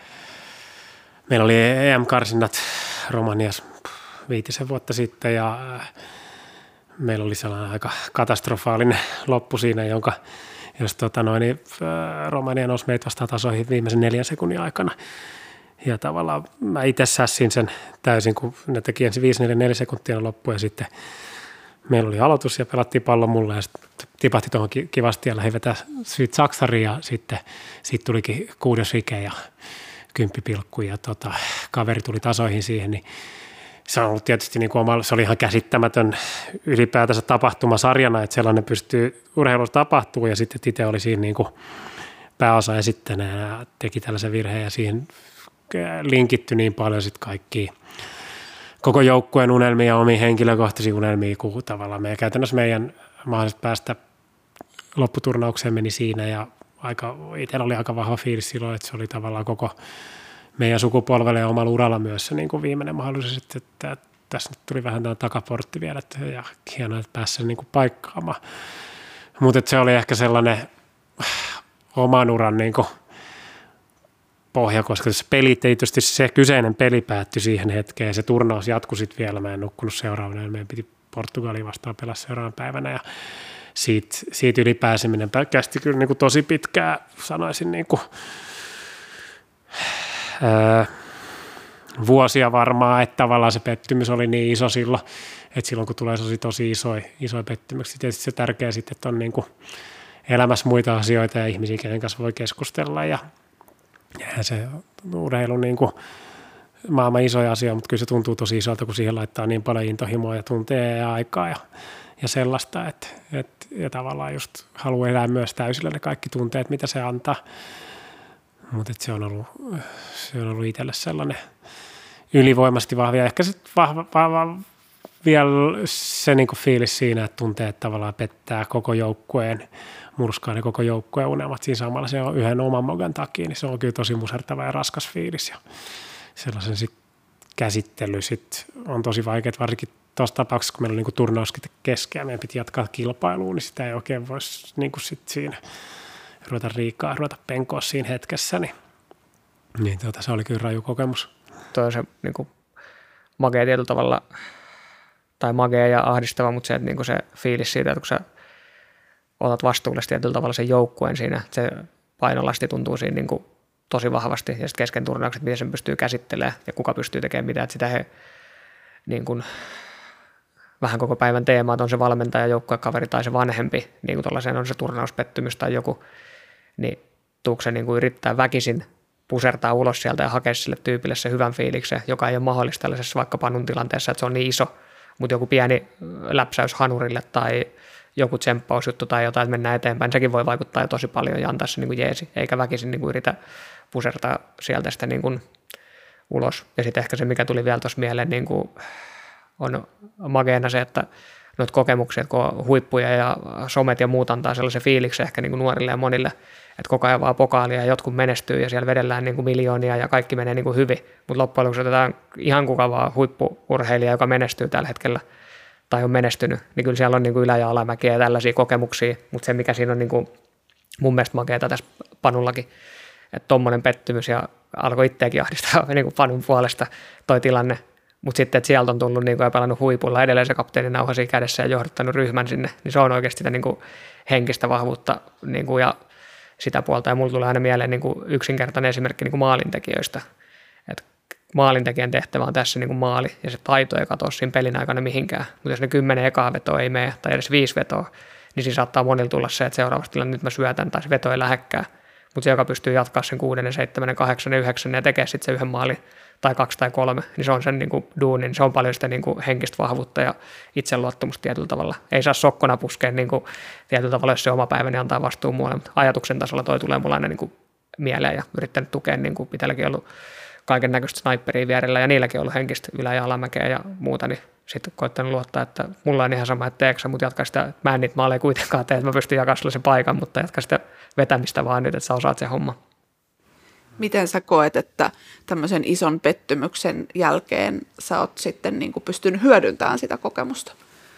meillä oli E M-karsinnat Romaniassa viitisen vuotta sitten ja uh, meillä oli sellainen aika katastrofaalinen loppu siinä, jonka jos tota, noin, niin, uh, Romania nousi meitä vastaan tasoihin viimeisen neljän sekunnin aikana. Ja tavallaan mä itse sässin sen täysin, kun ne teki ensin viisi neljä neljä sekuntia loppu ja sitten meillä oli aloitus ja pelattiin pallon mulle ja sitten tipahti tuohon kivasti ja lähdin vetää siitä saksariin ja sitten siitä tulikin kuudes rike ja kymppipilkku ja tota, kaveri tuli tasoihin siihen, niin se on ollut tietysti niin kuin oma, se oli ihan käsittämätön ylipäätänsä tapahtuma sarjana, että sellainen pystyy urheilussa tapahtuu ja sitten itse oli siinä niin kuin pääosa esittänä ja teki tällaisen virheen ja siihen linkitty niin paljon sitten kaikki koko joukkueen unelmia ja omiin henkilökohtaisia unelmia, kun tavallaan me käytännössä meidän mahdollisuus päästä lopputurnaukseen meni siinä ja aika, itsellä oli aika vahva fiilis silloin, että se oli tavallaan koko meidän sukupolvelle ja omalla uralla myös se niin kuin viimeinen mahdollisuus, että, että tässä nyt tuli vähän tämä takaportti vielä että, ja hienoa, että pääsi sen niin kuin paikkaamaan. Mutta se oli ehkä sellainen oman uran niin kuin pohja, koska se peli, tietysti se kyseinen peli päättyi siihen hetkeen ja se turnaus jatkui sitten vielä. Mä en nukkunut seuraavana, meidän piti Portugalia vastaan pelaa seuraavan päivänä ja siitä, siitä ylipääseminen kästi kyllä niin kuin tosi pitkää, sanoisin niin kuin, ää, vuosia varmaan, että tavallaan se pettymys oli niin iso silloin, että silloin kun tulee tosi, tosi isoja, isoja pettymyksiä, tietysti se tärkeää sitten, että on niin kuin elämässä muita asioita ja ihmisiä, kenen kanssa voi keskustella ja eihän se urheilu niin kuin maailman isoja asioita, mutta kyllä se tuntuu tosi isolta, kun siihen laittaa niin paljon intohimoa ja tunteja ja aikaa ja, ja sellaista, että, että ja tavallaan just haluaa elää myös täysillä ne kaikki tunteet, mitä se antaa. Mutta se on ollut, se on ollut itselle sellainen ylivoimasti vahva ja ehkä sitten vahva, vahva vielä se niinku fiilis siinä, että tuntee, että tavallaan pettää koko joukkueen, murskaa ne koko joukkueen unelmat siinä samalla. Se on yhden oman mogan takia, niin se on kyllä tosi musertava ja raskas fiilis. Ja sellaisen sit käsittely sit on tosi vaikea, varsinkin tuossa tapauksessa, kun meillä on niinku turnauskin keskeä, meidän piti jatkaa kilpailuun, niin sitä ei oikein voisi niinku sit siinä ruveta riikaa, ruveta penkoa siinä hetkessä. Niin, niin tuota, se oli kyllä raju kokemus. Toi on se niinku makea tietyllä tavalla, tai magea ja ahdistava, mutta se, että niinku se fiilis siitä, että kun sä otat vastuulle tietyllä tavalla sen joukkueen siinä, se painolasti tuntuu siinä niinku tosi vahvasti, ja sitten kesken turnaukset, miten sen pystyy käsittelemään, ja kuka pystyy tekemään mitä, että sitä he niin kuin, vähän koko päivän teema, että on se valmentaja, joukkuekaveri tai se vanhempi, niin kuin tuollaisen on se turnauspettymys tai joku, niin tuuko se niin kuin yrittää väkisin pusertaa ulos sieltä ja hakea sille tyypille se hyvän fiiliksen, joka ei ole mahdollista tällaisessa vaikka pannun tilanteessa, että se on niin iso, mutta joku pieni läpsäys hanurille tai joku tsemppausjuttu tai jotain, että mennään eteenpäin, sekin voi vaikuttaa jo tosi paljon ja antaa se niin kuin jeesi, eikä väkisin niin kuin yritä pusertaa sieltä sitä niin kuin ulos. Ja sitten ehkä se, mikä tuli vielä tuossa mieleen, niin kuin on mageena se, että noita kokemuksia, kun on huippuja ja somet ja muut antaa sellaisen fiiliksen ehkä niin kuin nuorille ja monille, että koko ajan vaan pokaalia ja jotkut menestyy ja siellä vedellään niin kuin miljoonia ja kaikki menee niin kuin hyvin, mutta loppujen lopuksi otetaan ihan kuka vaan huippu-urheilija, joka menestyy tällä hetkellä tai on menestynyt, niin kyllä siellä on niin kuin ylä- ja alamäkiä ja tällaisia kokemuksia, mutta se mikä siinä on niin kuin mun mielestä makeata tässä Panullakin, että tommoinen pettymys ja alkoi itseäkin ahdistaa niin kuin Panun puolesta toi tilanne, mutta sitten, että sieltä on tullut niin kuin ja pelannut huipulla edelleen se kapteenin nauha siinä kädessä ja johdattanut ryhmän sinne, niin se on oikeasti sitä niin kuin henkistä vahvuutta niin kuin ja sitä puolta. Ja mulla tulee aina mieleen niin kuin yksinkertainen esimerkki niin kuin maalintekijöistä. Et maalintekijän tehtävä on tässä niin kuin maali ja se taito ei katoa siinä pelin aikana mihinkään. Mutta jos ne kymmenen ekaa vetoa ei mene tai edes viisi vetoa, niin siinä saattaa monilla tulla se, että seuraavasti tilanne nyt mä syötän tai se veto ei lähekkää. Mutta se, joka pystyy jatkaa sen kuuden, seitsemän, kahdeksan, yhdeksän ja tekee sitten se yhden maalin tai kaksi tai kolme, niin se on sen niin kuin duunin, se on paljon sitä niin kuin henkistä vahvuutta ja itseluottamusta tietyllä tavalla. Ei saa sokkona puskea niin kuin tietyllä tavalla, jos se oma päivä, niin antaa vastuun muualle, mutta ajatuksen tasolla toi tulee mulla aina niin kuin mieleen ja yrittänyt tukea, niin kuin itselläkin ollut kaiken näköistä sniperia vierellä ja niilläkin on ollut henkistä ylä- ja alamäkeä ja muuta, niin sitten koittanut luottaa, että mulla on ihan sama, että teekö mutta jatka sitä, mä en niitä maaleja kuitenkaan tee, että mä pystyn jakamaan sen paikan, mutta jatka sitä vetämistä vaan nyt, että sä osaat sen homma. Miten sä koet, että tämmöisen ison pettymyksen jälkeen sä oot sitten niin kuin pystynyt hyödyntämään sitä kokemusta?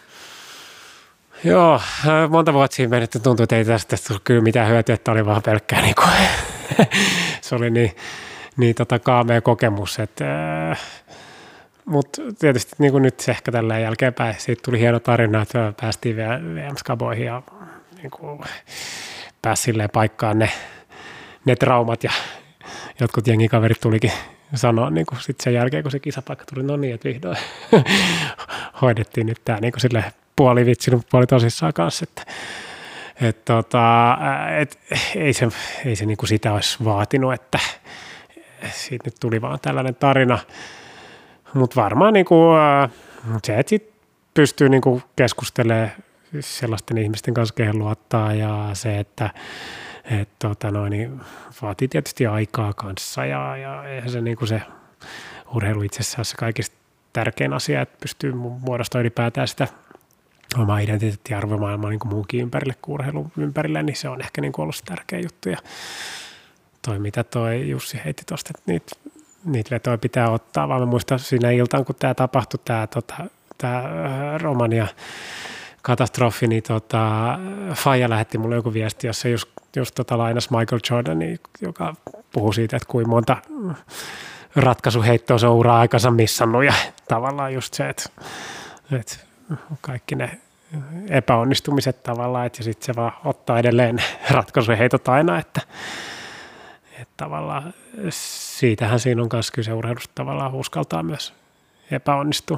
Joo, monta vuotta siinä meni, että tuntui, että ei tästä tullut kyllä mitään hyötyä, että oli vaan pelkkää, niin kuin, se oli niin, niin tota kaamea kokemus, että, mutta tietysti niin kuin nyt ehkä tällä jälkeenpäin, siitä tuli hieno tarina, että päästiin V M-skaboihin ja niin kuin, pääsi silleen paikkaan ne, ne traumat ja jotkut jengikaverit tulikin sanoa niin kuin sit sen jälkeen, kun se kisapaikka tuli, no niin, että vihdoin hoidettiin nyt tämä niin kuin silleen puoli vitsin, puoli tosissaan kanssa, että et, tota, et, ei se, ei se niin kuin sitä olisi vaatinut, että siitä nyt tuli vaan tällainen tarina, mutta varmaan niin kuin, se, että sit pystyy niin kuin keskustelemaan sellaisten ihmisten kanssa, kehen luottaa ja se, että et, tota noin, niin vaatii tietysti aikaa kanssa ja, ja eihän se, niin kuin se urheilu itsessään se kaikista tärkein asia, että pystyy muodostamaan ylipäätään sitä omaa identiteettiä arvomaailmaa niin kuin muunkin ympärille kuin urheilun ympärille, niin se on ehkä niin kuin ollut se tärkeä juttu. Ja toi, mitä toi Jussi heitti tuosta, että niitä, niitä vetoja pitää ottaa, vaan mä muistan siinä iltaan, kun tämä tapahtui, tämä tota, Romania katastrofi, niin tota, Faija lähetti mulle joku viesti, jossa just, just tota lainasi Michael Jordani, joka puhuu siitä, että kuinka monta ratkaisuheittoa se on ura-aikansa missannut ja tavallaan just se, että, että kaikki ne epäonnistumiset tavallaan, että ja sitten se vaan ottaa edelleen ratkaisuheitot aina, että, että tavallaan siitähän siinä on myös kyse urheilusta tavallaan uskaltaa myös epäonnistua.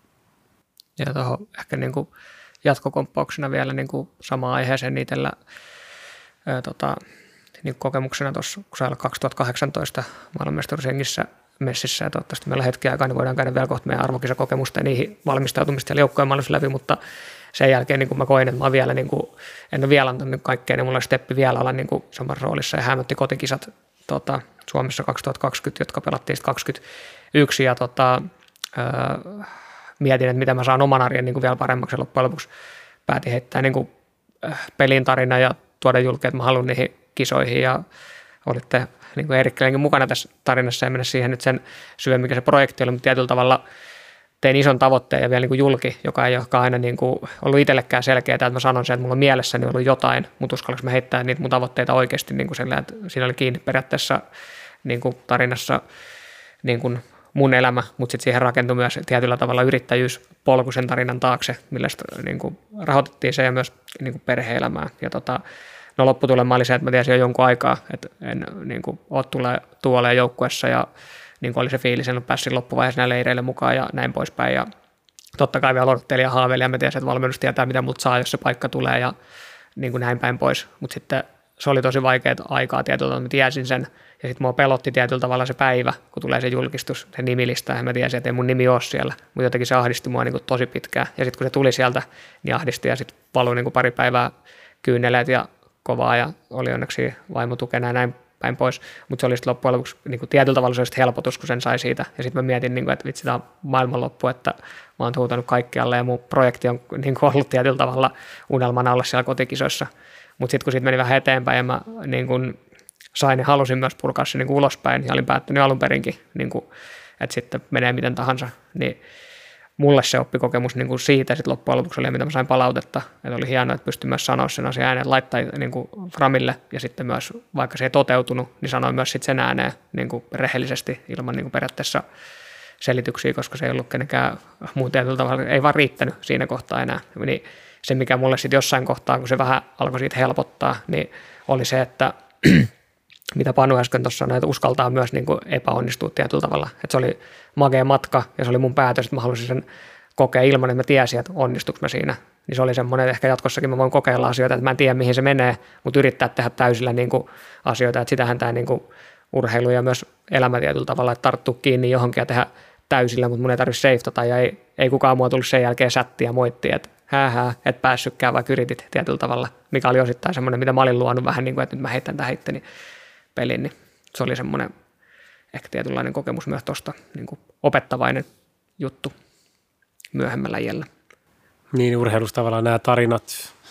Ja tuohon ehkä niin kuin jatkokomppauksena vielä niin kuin samaan aiheeseen itsellä ää, tota, niin kokemuksena tuossa, kun sä olet kaksituhattakahdeksantoista maailmanmestaruus Jengissä messissä, ja toivottavasti meillä on hetki aikaa, niin voidaan käydä vielä kohta meidän arvokisakokemusta ja niihin valmistautumista ja joukkojen maailmassa läpi, mutta sen jälkeen niin kuin mä koin, että mä vielä, niin kuin, en ole vielä antanut kaikkea, niin mulla oli steppi vielä olla niin kuin samassa roolissa ja hämötti kotikisat tota, Suomessa kaksituhattakaksikymmentä, jotka pelattiin sitten kaksikymmentäyksi ja tota, ää, mietin, että mitä mä saan oman arjen niin kuin vielä paremmaksi ja loppujen lopuksi päätin heittää niin kuin, äh, pelin tarina ja tuoda julki, että mä haluan niihin kisoihin ja olitte niin kuin Eerikkelenkin mukana tässä tarinassa ja mennä siihen nyt sen syvemmin, mikä se projekti oli, mutta tietyllä tavalla tein ison tavoitteen ja vielä niin kuin julki, joka ei olekaan aina niin kuin ollut itsellekään selkeää, että mä sanon sen, että mulla on mielessäni ollut jotain, mutta uskallanko mä heittää niitä mun tavoitteita oikeasti niin kuin sillä, että siinä oli kiinni periaatteessa niin kuin tarinassa niin kuin mun elämä, mutta sitten siihen rakentui myös tietyllä tavalla yrittäjyyspolku sen tarinan taakse, millä niin kuin rahoitettiin se ja myös niin kuin perhe-elämää. Ja tota, no lopputulema oli se, että mä tiesin jo jonkun aikaa, että en niin kuin, ole tulee tuoleen joukkuessa ja niin kuin oli se fiilis, en ole päässyt loppuvaiheessa leireille mukaan ja näin poispäin. Ja totta kai vielä odottelin ja haaveilin ja mä tiesin, että valmennus tietää, mitä mut saa, jos se paikka tulee ja niin kuin näin päin pois. Mutta sitten se oli tosi vaikeaa aikaa tietyllä tavalla, mä tiesin sen. Ja sitten mua pelotti tietyllä tavalla se päivä, kun tulee se julkistus, se nimilista, ja mä tiesin, että ei mun nimi ole siellä. Mutta jotenkin se ahdisti mua niin kuin tosi pitkään. Ja sitten kun se tuli sieltä, niin ahdisti ja sitten valui niin kuin pari päivää kyyneleet ja kovaa ja oli onneksi vaimo tukena ja näin päin pois. Mutta se oli sitten loppujen lopuksi niin kuin tietyllä tavalla se oli helpotus, kun sen sai siitä. Ja sitten mä mietin, niin kuin, että vitsi, tämä on maailmanloppu, että mä oon huutanut kaikkialle ja mun projekti on niin kuin ollut tietyllä tavalla unelmana olla siellä kotikisoissa. Mutta sitten kun siitä meni vähän eteenpäin ja mä niin kuin sain ja halusin myös purkaa se niin kuin ulospäin ja olin päättänyt alun perinkin, niin kuin, että sitten menee miten tahansa, niin mulle se oppikokemus niin kuin siitä sitten loppujen lopuksi oli, mitä mä sain palautetta, että oli hienoa, että pystyi myös sanoa sen asian ääneen, laittaa niin kuin framille ja sitten myös, vaikka se ei toteutunut, niin sanoin myös sitten sen ääneen niin kuin rehellisesti ilman niin kuin periaatteessa selityksiä, koska se ei ollut kenenkään muun tietyllä tavalla, ei vaan riittänyt siinä kohtaa enää. Niin se, mikä mulle sitten jossain kohtaa, kun se vähän alkoi siitä helpottaa, niin oli se, että mitä Panu äsken tuossa sanoi, että uskaltaa myös niin kuin epäonnistua tietyllä tavalla. Että se oli magea matka ja se oli mun päätös, että mä halusin sen kokea ilman, että mä tiesin, että onnistuiko mä siinä. Niin se oli semmoinen, että ehkä jatkossakin mä voin kokeilla asioita, että mä en tiedä, mihin se menee, mutta yrittää tehdä täysillä niin kuin asioita. Että sitähän tämä niin kuin urheilu ja myös elämä tietyllä tavalla, että tarttua kiinni johonkin ja tehdä täysillä, mutta mun ei tarvitse seiftata ja ei, ei kukaan mua tullut sen jälkeen sättiä ja moittia, että hää, et päässytkään, vaikka yritit tietyllä tavalla, mikä oli osittain semmoinen, mitä mä olin luonut vähän niin kuin, että nyt mä heitän tähän itteni pelin, niin se oli semmoinen ehkä tietynlainen kokemus myös tuosta niin kuin opettavainen juttu myöhemmällä iällä. Niin, urheilussa tavallaan nämä tarinat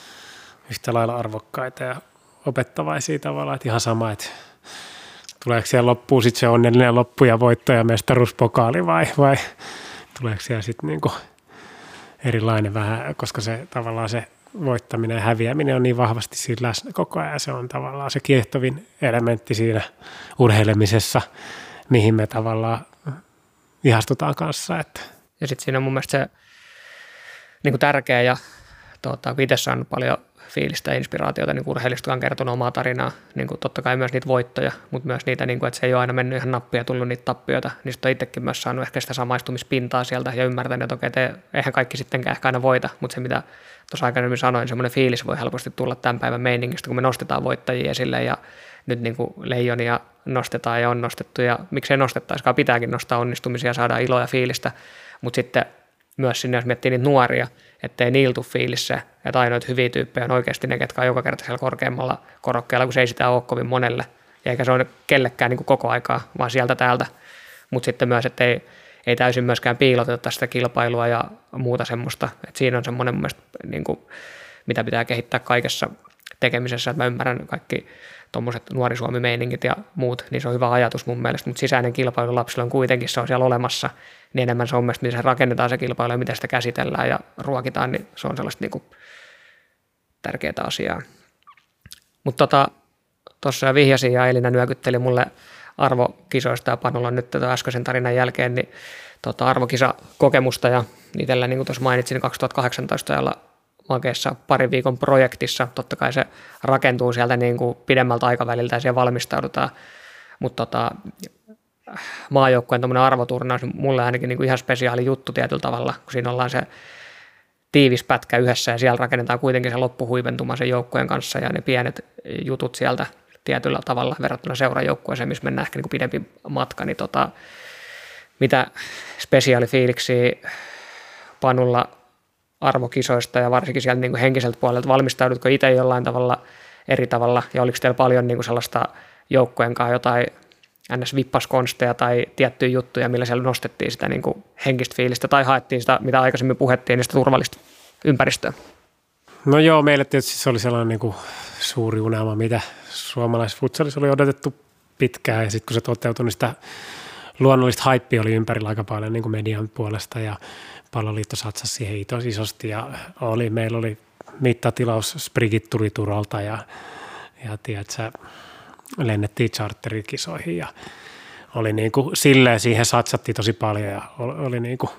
yhtä lailla arvokkaita ja opettavaisia tavallaan, että ihan sama, että tuleeko siellä loppuun sitten se onnellinen loppu ja voitto ja mestaruuspokaali vai, vai tuleeko siellä sitten niinku erilainen vähän, koska se tavallaan se voittaminen ja häviäminen on niin vahvasti siinä läsnä koko ajan. Se on tavallaan se kiehtovin elementti siinä urheilemisessa, mihin me tavallaan ihastutaan kanssa. Että. Ja sitten siinä on mun mielestä se niin kuin tärkeä ja tuota, itse saanut paljon fiilistä ja inspiraatiota niin urheilijoista on kertonut omaa tarinaa, niin kuin totta kai myös niitä voittoja, mutta myös niitä, niin kuin, että se ei ole aina mennyt ihan nappia ja tullut niitä tappioita, niin sitten on itsekin myös saanut ehkä sitä samaistumispintaa sieltä ja ymmärtänyt, että okei, te, eihän kaikki sittenkään ehkä aina voita, mutta se mitä tuossa aikaisemmin sanoin, semmoinen fiilis voi helposti tulla tämän päivän meiningistä, kun me nostetaan voittajia esille ja nyt niin kuin leijonia nostetaan ja on nostettu ja miksei nostettaisikaan, pitääkin nostaa onnistumisia ja saada iloa ja fiilistä, mutta sitten myös sinne, jos miettii niitä nuoria, ettei niillä tule fiilis se, että ainoita hyviä tyyppejä on oikeasti ne, ketkä on joka kerta siellä korkeammalla korokkeella, kun se ei sitä ole kovin monelle. Ja eikä se ole kellekään niin kuin koko aikaa, vaan sieltä täältä. Mutta sitten myös, että ei, ei täysin myöskään piiloteta sitä kilpailua ja muuta semmoista. Että siinä on semmoinen mun mielestä, niin kuin, mitä pitää kehittää kaikessa tekemisessä, että mä ymmärrän kaikki tuommoiset Nuori Suomi-meiningit ja muut, niin se on hyvä ajatus mun mielestä, mutta sisäinen kilpailu lapsilla on kuitenkin, se on siellä olemassa, niin enemmän se on mielestäni, miten se rakennetaan se kilpailu ja miten sitä käsitellään ja ruokitaan, niin se on sellaista niin kuin tärkeää asiaa. Mutta tuossa tota, vihjasin ja Elina nyökytteli mulle arvokisoista ja Panolla on nyt tätä äskeisen tarinan jälkeen niin tota, arvokisakokemusta ja itsellä, niin kuin tuossa mainitsin, kaksituhattakahdeksantoista ajalla Mageessa parin viikon projektissa. Totta kai se rakentuu sieltä niin kuin pidemmältä aikaväliltä ja siihen valmistaudutaan, mutta tota, maajoukkueen tämmöinen arvoturnaus, mulle ainakin niin kuin ihan spesiaali juttu tietyllä tavalla, kun siinä ollaan se tiivis pätkä yhdessä ja siellä rakennetaan kuitenkin se loppuhuipentuma sen joukkueen kanssa ja ne pienet jutut sieltä tietyllä tavalla verrattuna seurajoukkueeseen, missä mennään ehkä niin kuin pidempi matka, niin tota, mitä spesiaalifiiliksiä Panulla arvokisoista ja varsinkin sieltä niin kuin henkiseltä puolelta, valmistaudutko itse jollain tavalla eri tavalla ja oliko teillä paljon niin kuin sellaista joukkueen kanssa jotain ns. Vippaskonsteja tai tiettyjä juttuja, millä siellä nostettiin sitä niin kuin henkistä fiilistä tai haettiin sitä, mitä aikaisemmin puhettiin, niin sitä turvallista ympäristöä? No joo, meille tietysti se oli sellainen niin kuin suuri unelma, mitä suomalaisfutsalissa oli odotettu pitkään ja sitten kun se toteutui, niin sitä luonnollista haippia oli ympärillä aika paljon niin kuin median puolesta ja Palloliitto satsasi siihen isosti ja oli, meillä oli mittatilaus, sprigit tuli Turolta ja, ja tiedätkö, lennettiin charterikisoihin ja oli niin kuin, silleen siihen satsattiin tosi paljon ja oli, oli niin kuin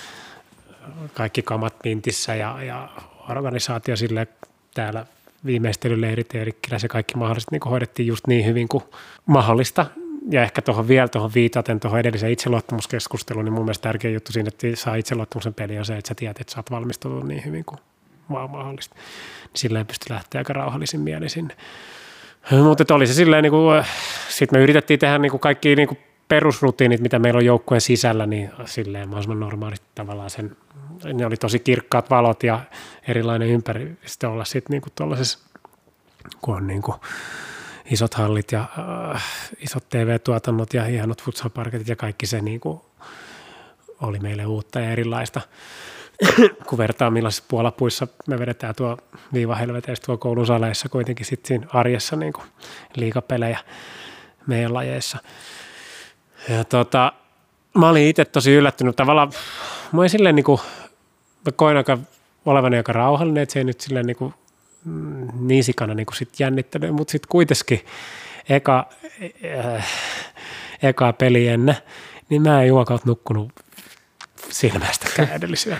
kaikki kamat pintissä ja, ja organisaatio silleen täällä viimeistelyleirit ja Erikkilässä ja kaikki mahdolliset niin kuin hoidettiin just niin hyvin kuin mahdollista. Ja ehkä tuohon vielä tuohon viitaten tuohon edelliseen itseluottamuskeskusteluun, niin mun mielestä tärkeä juttu siinä, että saa itseluottamuksen peli on se, että sä tiedät, että sä oot valmistunut niin hyvin kuin vaan mahdollista. Sillä ei pysty lähteä aika rauhallisin mieli sinne. Mutta oli se silleen, niin kuin, sitten me yritettiin tehdä niin kuin kaikki niin kuin perusrutiinit, mitä meillä on joukkueen sisällä, niin silleen mahdollisimman normaalisti tavallaan sen, ne oli tosi kirkkaat valot ja erilainen ympäristö olla sitten niin kuin tuollaisessa, kun on niin kuin isot hallit ja äh, isot T V-tuotannot ja hienot futsal-parketit ja kaikki se niin kuin oli meille uutta ja erilaista. Kun vertaa millaisissa puolapuissa me vedetään tuo viivahelveteistä tuo koulun saleissa kuitenkin sitten siinä arjessa niin kuin liigapelejä meidän lajeissa. Ja tota, mä olin itse tosi yllättynyt. Tavallaan mä olin silleen niin kuin, mä koin aika olevani aika rauhallinen, että se ei nyt silleen niin kuin niin sikana niin kuin sit jännittänyt, mutta sitten kuitenkin eka, äh, eka peli ennen, niin mä en juokaut nukkunut silmästäkään edellisyönä.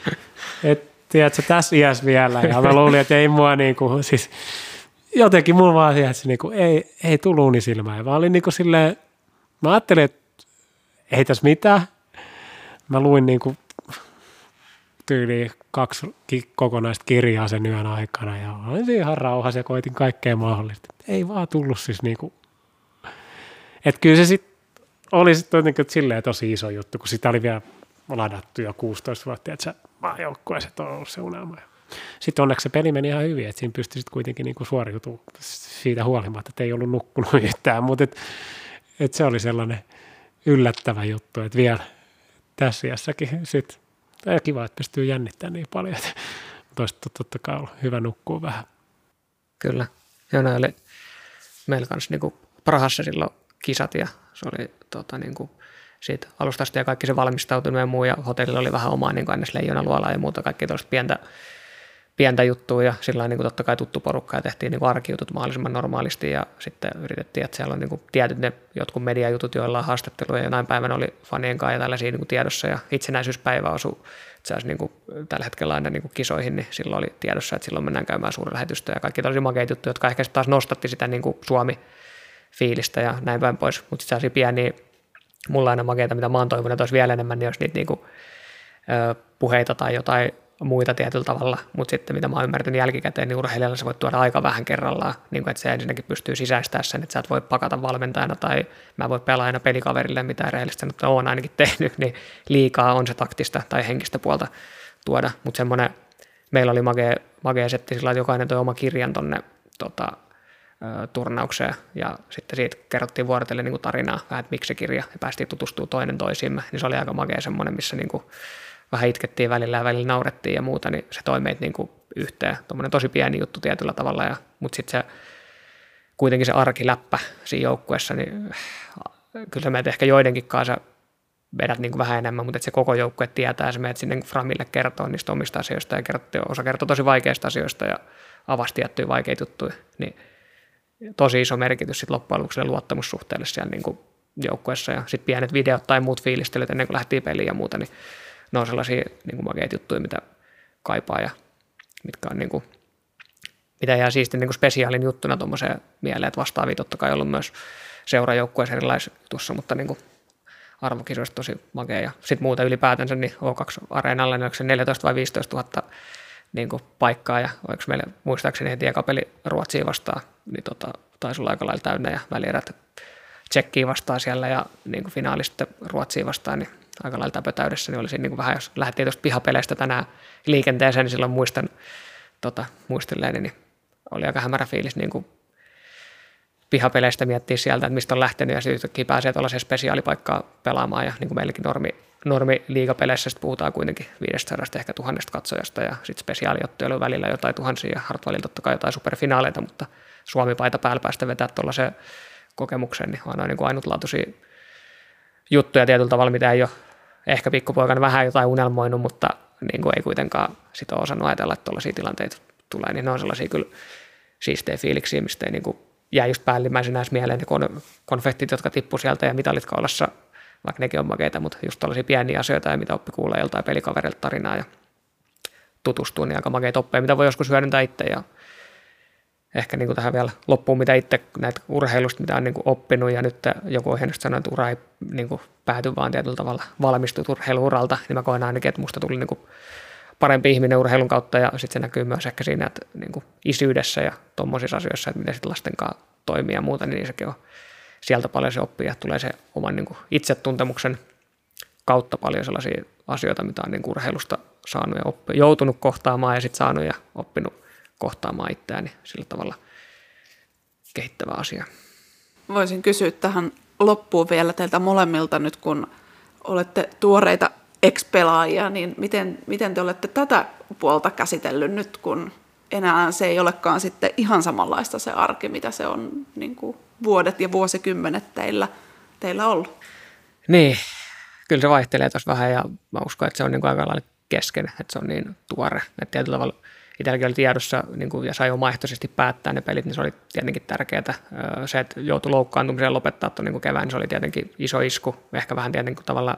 Et tiedätkö, tässä iässä vielä, ja mä luulin, että ei mua niinku, siis jotenkin mulla vaan tiedätkö, niinku, ei, ei tullut unisilmää. Ja mä olin niinku silleen, mä ajattelin, että ei tässä mitään. Mä luin niinku tyyliin kaksi kokonaista kirjaa sen yön aikana ja olin ihan rauhassa ja koitin kaikkea mahdollista. Ei vaan tullut siis niinku, että kyllä se sitten oli sitten jotenkin silleen tosi iso juttu, kun sitä oli vielä ladattu jo kuusitoista vuotta, että se maajoukkueessa on ollut se unelma. Sitten onneksi se peli meni ihan hyvin, että siinä pystyi sitten kuitenkin niinku suoriutumaan siitä huolimatta, että ei ollut nukkunut yhtään, mutta et, et se oli sellainen yllättävä juttu, että vielä tässä iässäkin sitten kiva, että pystyy jännittämään niin paljon, että toista totta kai on hyvä nukkua vähän. Kyllä. Joo, ne oli meillä kanssa niinku Prahassa silloin kisat ja se oli tota, niinku, siitä alusta asti ja kaikki se valmistautunut ja muu ja hotellilla oli vähän omaa niin aina leijonaluolaa ja muuta kaikki tuollaista pientä, pientä juttua ja sillä niin totta kai tuttu porukka ja tehtiin niin arkijutut mahdollisimman normaalisti ja sitten yritettiin, että siellä on niin tietyt ne jotkut mediajutut, joilla on haastatteluja ja jonain päivänä oli fanien kanssa ja tällaisia niin tiedossa ja itsenäisyyspäivä osui itse asiassa niin tällä hetkellä aina niin kisoihin, niin silloin oli tiedossa, että silloin mennään käymään suurlähetystä ja kaikki tällaisia makeita juttuja, jotka ehkä taas nostatti sitä niin Suomi-fiilistä ja näin päin pois, mutta sitten sellaisia pieniä mulla aina makeita, mitä mä oon toivonut, että olisi vielä enemmän, niin olisi niitä niinku, ö, puheita tai jotain muita tietyllä tavalla, mutta sitten mitä mä oon ymmärtänyt jälkikäteen, niin urheilijalla sä voit tuoda aika vähän kerrallaan, niin kuin, että se ensinnäkin pystyy sisäistämään sen, että sä et voi pakata valmentajana tai mä voi pelaajana pelikaverille, mitä rehellisesti sanottuna oon ainakin tehnyt, niin liikaa on se taktista tai henkistä puolta tuoda, mutta semmoinen, meillä oli magea, magea setti sillä, että jokainen toi oma kirjan tonne tota, turnaukseen ja sitten siitä kerrottiin vuorotellen niin kuin tarinaa, vähän, että miksi se kirja ja päästiin tutustumaan toinen toisiimme, niin se oli aika magea semmoinen, missä niin kuin vähän itkettiin välillä ja välillä naurettiin ja muuta, niin se toi meitä niin kuin yhteen. Tuommoinen tosi pieni juttu tietyllä tavalla ja mutta sitten se kuitenkin se arkiläppä siinä joukkueessa, niin kyllä sä menet ehkä joidenkin kanssa vedät niin kuin vähän enemmän, mutta että se koko joukkue tietää, ja sä menet sinne Framille kertoo niistä omista asioista, ja kertoo, osa kertoo tosi vaikeista asioista, ja avasi tiettyjä vaikeita juttuja, niin tosi iso merkitys sitten loppujen lopuksi luottamussuhteelle siellä niin kuin joukkueessa, ja sitten pienet videot tai muut fiilistelyt ennen kuin lähtii peliin ja muuta, niin ne on sellaisia niin kuin makeita juttuja, mitä kaipaa, ja mitkä on niin kuin, mitä jää siisti niin kuin spesiaalin juttuna tuommoiseen mieleen, että vastaavia totta kai ollut myös seurajoukkueessa erilaisissa jutussa, mutta niin kuin arvokisoista tosi makea. Ja sitten muuta ylipäätänsä, niin O kaksi Areenalla, niin onko se neljätoista vai viisitoista tuhatta niin kuin paikkaa, ja oliko meillä muistaakseni heti eka peli Ruotsia vastaan, niin tota, taisi olla aika lailla täynnä, ja välierät Tsekkiä vastaan siellä, ja niin kuin finaali sitten Ruotsia vastaan, niin aika lailla täpötäydessä, niin oli siinä niin kuin vähän, jos lähdettiin tuosta pihapeleistä tänään liikenteeseen, niin silloin muistan, tota, muistelleeni, niin oli aika hämärä fiilis niin kuin pihapeleistä miettiä sieltä, että mistä on lähtenyt, ja sitten yhtäkkiä pääsee tuollaiseen spesiaalipaikkaan pelaamaan, ja niin kuin meilläkin normi, normi liigapeleissä puhutaan kuitenkin viisisataa ehkä tuhannesta katsojasta, ja sitten spesiaaliotteilla välillä jotain tuhansia, ja Hartwallilla totta kai jotain superfinaaleita, mutta Suomi-paita päällä päästä vetää tuollaiseen kokemukseen, niin on noin niin kuin ainutlaatuisia juttuja tietyllä tavalla, mitä ei ole ehkä pikkupoikana vähän jotain unelmoinut, mutta niin kuin ei kuitenkaan sit ole osannut ajatella, että tuollaisia tilanteita tulee, niin ne on sellaisia kyllä siistejä fiiliksiä, mistä ei niin kuin jää just päällimmäisenä edes mieleen ne konfettit, jotka tippuu sieltä ja mitalit kaulassa, vaikka nekin on makeita, mutta just tuollaisia pieniä asioita ja mitä oppi kuulee joltain pelikaverilta tarinaa ja tutustuu, niin aika makeita oppeja, mitä voi joskus hyödyntää itse. Ja ehkä niin kuin tähän vielä loppuun, mitä itse näitä urheilusta, mitä on niin kuin oppinut, ja nyt joku on hienosti sanonut, että ura ei niin kuin pääty vaan tietyllä tavalla valmistut urheiluuralta, niin mä koen ainakin, että musta tuli niin kuin parempi ihminen urheilun kautta, ja sitten se näkyy myös ehkä siinä, että niin kuin isyydessä ja tuommoisissa asioissa, että miten sitten lasten kanssa toimii ja muuta, niin sekin on sieltä paljon se oppii, ja tulee se oman niin kuin itsetuntemuksen kautta paljon sellaisia asioita, mitä on niin kuin urheilusta saanut ja oppi, joutunut kohtaamaan ja sitten saanut ja oppinut kohtaamaan itseään, niin sillä tavalla kehittävä asia. Voisin kysyä tähän loppuun vielä teiltä molemmilta nyt, kun olette tuoreita ex-pelaajia, niin miten, miten te olette tätä puolta käsitellyt nyt, kun enää se ei olekaan sitten ihan samanlaista se arki, mitä se on niin kuin vuodet ja vuosikymmenet teillä, teillä ollut? Niin, kyllä se vaihtelee tuossa vähän, ja mä uskon, että se on niin kuin aika lailla kesken, että se on niin tuore, että tietyllä tavalla itselläkin oli tiedossa niin kuin, ja sai omaehtoisesti päättää ne pelit, niin se oli tietenkin tärkeää. Se, että joutui loukkaantumiseen lopettaa tuon niin kuin kevään, niin se oli tietenkin iso isku, ehkä vähän tietenkin tavallaan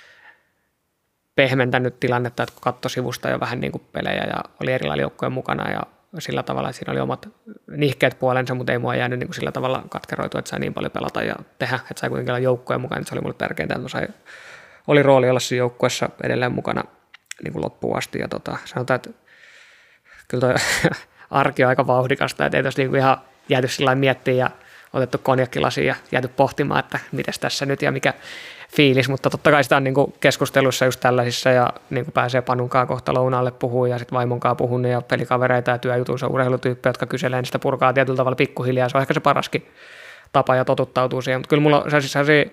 pehmentänyt tilannetta, että kun katsoi sivusta jo vähän niin kuin pelejä ja oli erilaisia joukkojen mukana ja sillä tavalla, että siinä oli omat nihkeät puolensa, mutta ei mua jäänyt niin kuin sillä tavalla katkeroitua, että sai niin paljon pelata ja tehdä, että sai kuitenkin olla joukkojen mukaan, niin se oli mulle tärkeintä, että sai, oli rooli olla siinä joukkueessa edelleen mukana niin kuin loppuun asti, ja tota, sanotaan, että kyllä toi arki on aika vauhdikasta, että ei tuossa niinku ihan jääty sillä miettiä ja otettu konjakkilasiin ja jääty pohtimaan, että mites tässä nyt ja mikä fiilis, mutta totta kai sitä on niinku keskusteluissa just tällaisissa, ja niinku pääsee Panunkaan kohta lounaalle puhumaan ja sitten vaimonkaan puhunut ja pelikavereita ja työjutuissa urheilutyyppejä, jotka kyselee, niin sitä purkaa tietyllä tavalla pikkuhiljaa, se on ehkä se paraskin tapa ja totuttautuu siihen, mutta kyllä mulla on sellaisia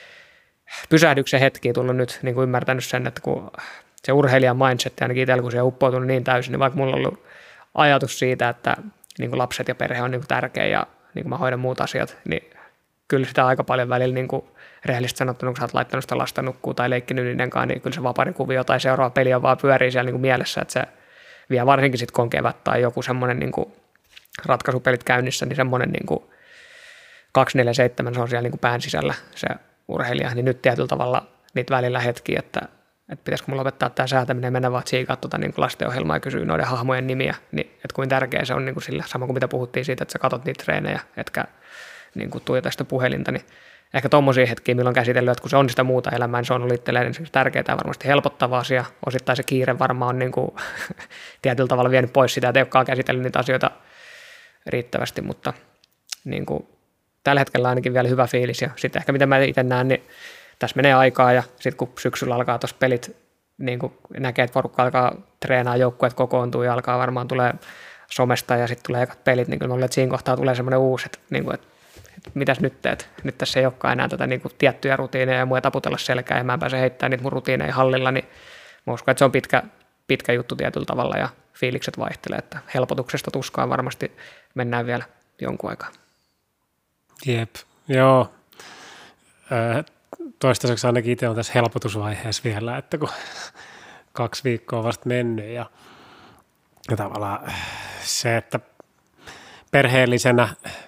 pysähdyksen hetkiä tullut nyt niin kuin ymmärtänyt sen, että kun se urheilijan mindset ainakin itsellä, kun se on uppoutunut niin täysin, niin vaikka mulla on ollut ajatus siitä, että niin kuin lapset ja perhe on niin kuin tärkeä ja niin kuin mä hoidan muut asiat, niin kyllä sitä aika paljon välillä niin kuin rehellisesti sanottuna, kun sä oot laittanut sitä lasta nukkuu tai leikkinyt niiden kanssa, niin kyllä se vaparikuvio tai seuraava peli on vaan pyörii siellä niin kuin mielessä, että se vie varsinkin sitten, kun on kevät tai joku semmoinen niin kuin ratkaisupelit käynnissä, niin semmoinen niin kuin kaksikymmentäneljä seitsemän se on siellä niin kuin pään sisällä se urheilija, niin nyt tietyllä tavalla niitä välillä hetkiä, että että pitäisikö mulla opettaa tämä säätäminen ja mennä vaan tsiikaa tuota niin lastenohjelmaa ja kysyä noiden hahmojen nimiä, niin että kuin tärkeä se on niin kuin sillä, sama kuin mitä puhuttiin siitä, että sä katot niitä treenejä, etkä niin kuin tuijota sitä puhelinta, niin ehkä tommosia hetkiä, milloin on käsitellyt, että kun se on sitä muuta elämää, niin se on ollut itselleen niin tärkeää ja varmasti helpottava asia. Osittain se kiire varmaan on niin kuin tietyllä tavalla vienyt pois sitä, että ei olekaan käsitellyt niitä asioita riittävästi, mutta niin kuin tällä hetkellä ainakin vielä hyvä fiilis, ja sitten ehkä mitä mä itse näen, niin tässä menee aikaa, ja sitten kun syksyllä alkaa tuossa pelit, niin kun näkee, että porukka alkaa treenaa, joukkueet kokoontuu ja alkaa varmaan tulee somesta ja sitten tulee ekat pelit, niin kyllä mä luulen, että siinä kohtaa tulee semmoinen uusi, että, niin kuin, että, että mitäs nyt teet? Nyt tässä ei olekaan enää tätä niin kuin tiettyjä rutiineja ja mua taputella selkää ja mä en pääse heittämään niitä mun rutiineja hallilla, niin mä uskon, että se on pitkä, pitkä juttu tietyllä tavalla, ja fiilikset vaihtelee, että helpotuksesta tuskaan varmasti mennään vielä jonkun aikaa. Jep, joo. Ö, toistaiseksi ainakin itse on tässä helpotusvaiheessa vielä, että kun kaksi viikkoa on vasta mennyt ja, ja tavallaan se, että perheellisenä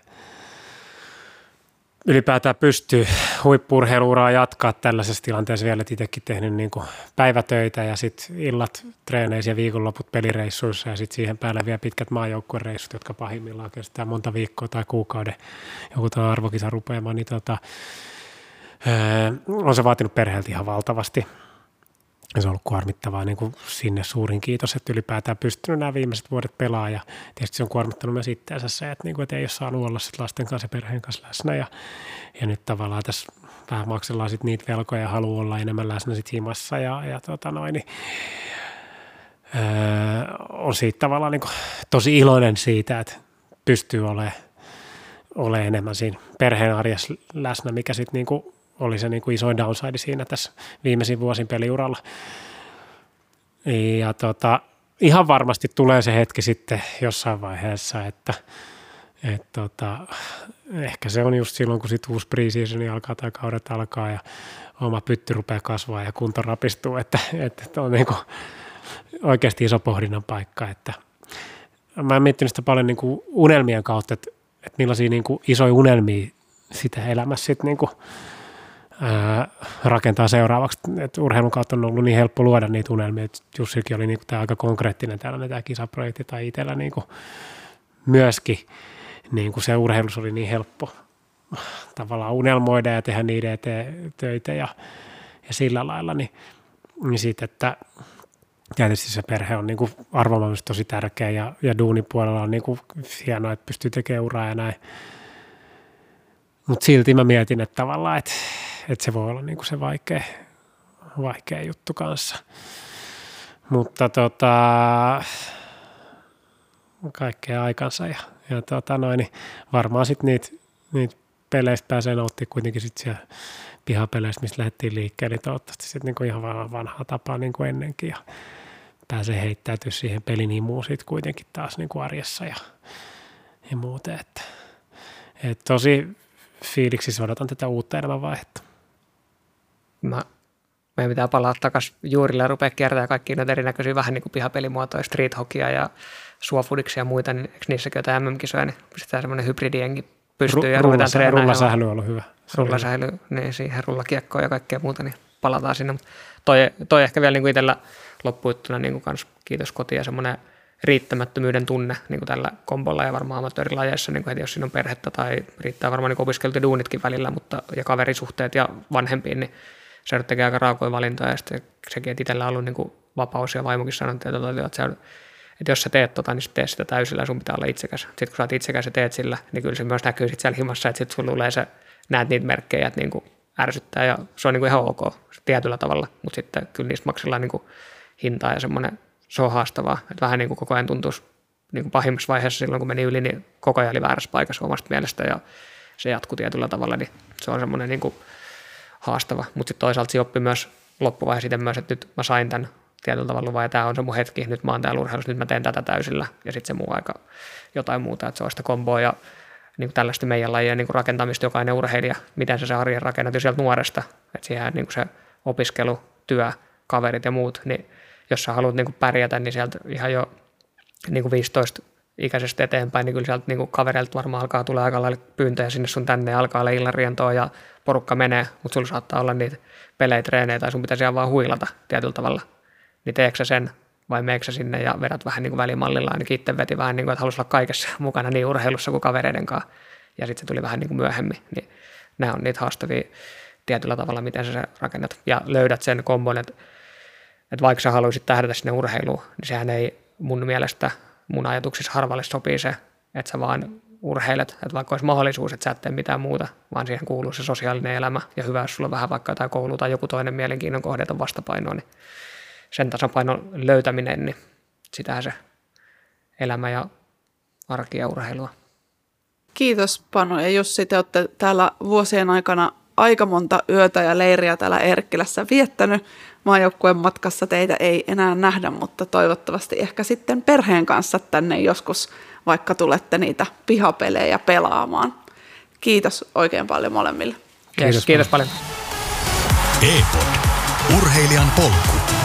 ylipäätään pystyy huippu-urheiluuraa jatkaa tällaisessa tilanteessa vielä, että itsekin tehnyt niin kuin päivätöitä ja sitten illat treeneissä ja viikonloput pelireissuissa ja sitten siihen päälle vielä pitkät maajoukkuereissut, jotka pahimmillaan kestää monta viikkoa tai kuukauden joku tämä arvokisa rupeama, niin tota, öö, on se vaatinut perheeltä ihan valtavasti. Ja se on ollut kuormittavaa, niin kuin sinne suurin kiitos, että ylipäätään pystynyt nämä viimeiset vuodet pelaamaan ja tietysti se on kuormittanut myös itseänsä se, että, niin kuin, että ei ole saanut olla sit lasten kanssa ja perheen kanssa läsnä ja, ja nyt tavallaan tässä vähän maksellaan sit niitä velkoja ja haluaa olla enemmän läsnä sit himassa ja, ja tota noin, niin, öö, on siitä tavallaan niin kuin tosi iloinen siitä, että pystyy olemaan, olemaan enemmän siinä perheen arjessa läsnä, mikä sitten niin kuin oli se niin kuin isoin downside siinä tässä viimeisin vuosin peliuralla. Ja tota, ihan varmasti tulee se hetki sitten jossain vaiheessa, että et tota, ehkä se on just silloin, kun sit uusi pre-season alkaa tai kaudet alkaa ja oma pytty rupeaa kasvaa ja kunto rapistuu, että, että on niin kuin oikeasti iso pohdinnan paikka. Että mä oon miettinyt sitä paljon niin kuin unelmien kautta, että, että millaisia niin kuin isoja unelmia sitä elämässä sitten niin kuin Ää, rakentaa seuraavaksi, että urheilun kautta on ollut niin helppo luoda niitä unelmia, että Jussikin oli niinku tämä aika konkreettinen tällainen tämä kisaprojekti tai itsellä niinku myöskin niinku se urheilus oli niin helppo tavallaan unelmoida ja tehdä niiden eteen töitä ja, ja sillä lailla, niin, niin siitä, että tietysti se perhe on niinku arvoma myös tosi tärkeä ja, ja duunipuolella on niinku hienoa, että pystyy tekemään uraa ja näin. Mutta silti mä mietin, että tavallaan, että, että se voi olla niinku se vaikea, vaikea juttu kanssa. Mutta tota, kaikkea aikansa ja, ja tota noin, niin varmaan sitten niitä, niitä peleistä pääsee nauttimaan kuitenkin sitten siellä pihapeleissä, mistä lähdettiin liikkeelle, niin toivottavasti sitten niinku ihan vanhaa tapaa niin kuin ennenkin ja pääsee heittäytyä siihen pelin imuun sitten kuitenkin taas niinku arjessa ja, ja muuten. Että, et tosi fiiliksissä odotan tätä uutta elämänvaihetta. Mä, meidän pitää palaa takaisin juurille ja rupea kiertämään kaikkia noita erinäköisiä vähän niin kuin pihapelimuotoja, street hockeya ja suofudiksia ja muita, niin eikö niissäkin jotain M M-kisoja, niin pistetään semmoinen hybridienkin pystyyn ja ruvetaan treenaamaan. Rullasähly on ollut hyvä. Rullasähly, niin siihen rullakiekkoon ja kaikkea muuta, niin palataan sinne. Toi, toi ehkä vielä niin kuin itsellä loppuittuna niin kuin kans kiitos kotiin ja semmoinen riittämättömyyden tunne niin kuin tällä kombolla ja varmaan amatöörilajeissa, niin kuin heti jos siinä on perhettä tai riittää varmaan niin opiskeltu duunitkin välillä, mutta ja kaverisuhteet ja vanhempiin, niin se tekee aika raakoja valintoja ja sitten sekin, että itsellä on ollut niin kuin vapaus ja vaimokin sanonut, että, että, että, että jos sä teet tota, niin tee sitä täysillä ja sun pitää olla itsekäs. Sitten kun sä oot itsekäs ja teet sillä, niin kyllä se myös näkyy sitten siellä himassa, että sitten sulla tulee se, näet niitä merkkejä, että niin kuin ärsyttää ja se on niin kuin ihan ok tietyllä tavalla, mutta sitten kyllä niistä maksellaan niin kuin hintaa ja semmoinen se on haastavaa, että vähän niin kuin koko ajan tuntuisi niin kuin pahimmassa vaiheessa silloin, kun meni yli, niin koko ajan oli väärässä paikassa omasta mielestä ja se jatkui tietyllä tavalla, niin se on semmoinen niin kuin haastava. Mutta sitten toisaalta se oppi myös loppuvaiheessa sitten myös, että nyt mä sain tämän tietyllä tavalla luvan ja tämä on se mun hetki, nyt mä oon täällä urheilussa, nyt mä teen tätä täysillä ja sitten se muu aika jotain muuta, että se on sitä komboa ja niin kuin tällaista meidän lajien niin kuin rakentamista jokainen urheilija, miten sä se arjen rakennat jo sieltä nuoresta, että siihen niin kuin se opiskelu, työ, kaverit ja muut, niin jos sä haluat niin kuin pärjätä, niin sieltä ihan jo niin kuin viisitoista-ikäisestä eteenpäin, niin kyllä sieltä niin kuin kavereilta varmaan alkaa tulla aika lailla pyyntöjä sinne sun tänne ja alkaa olla illan rientoa ja porukka menee, mutta sulla saattaa olla niitä pelejä, treenejä tai sun pitäisi ihan vaan huilata tietyllä tavalla. Niin teekö sä sen vai meekö sä sinne ja vedät vähän niin kuin välimallilla, ainakin itse veti vähän niin kuin, että halusi olla kaikessa mukana niin urheilussa kuin kavereiden kanssa ja sitten se tuli vähän niin kuin myöhemmin, niin nämä on niitä haastavia tietyllä tavalla, miten sä se rakennat ja löydät sen kombon, että että vaikka sä haluaisit tähdätä sinne urheiluun, niin sehän ei mun mielestä, mun ajatuksissa harvalle sopii se, että sä vaan urheilet, että vaikka olisi mahdollisuus, että sä et tee mitään muuta, vaan siihen kuuluu se sosiaalinen elämä ja hyvä, jos sulla on vähän vaikka jotain koulu tai joku toinen mielenkiinnon kohdeton vastapainoa, niin sen tasapainon löytäminen, niin sitähän se elämä ja arki ja urheilua. Kiitos Panu ja Jussi, te olette täällä vuosien aikana aika monta yötä ja leiriä täällä Eerikkilässä viettänyt. Maajoukkueen matkassa teitä ei enää nähdä, mutta toivottavasti ehkä sitten perheen kanssa tänne joskus, vaikka tulette niitä pihapelejä pelaamaan. Kiitos oikein paljon molemmille. Kiitos, kiitos paljon. E-pod. Urheilijan polku.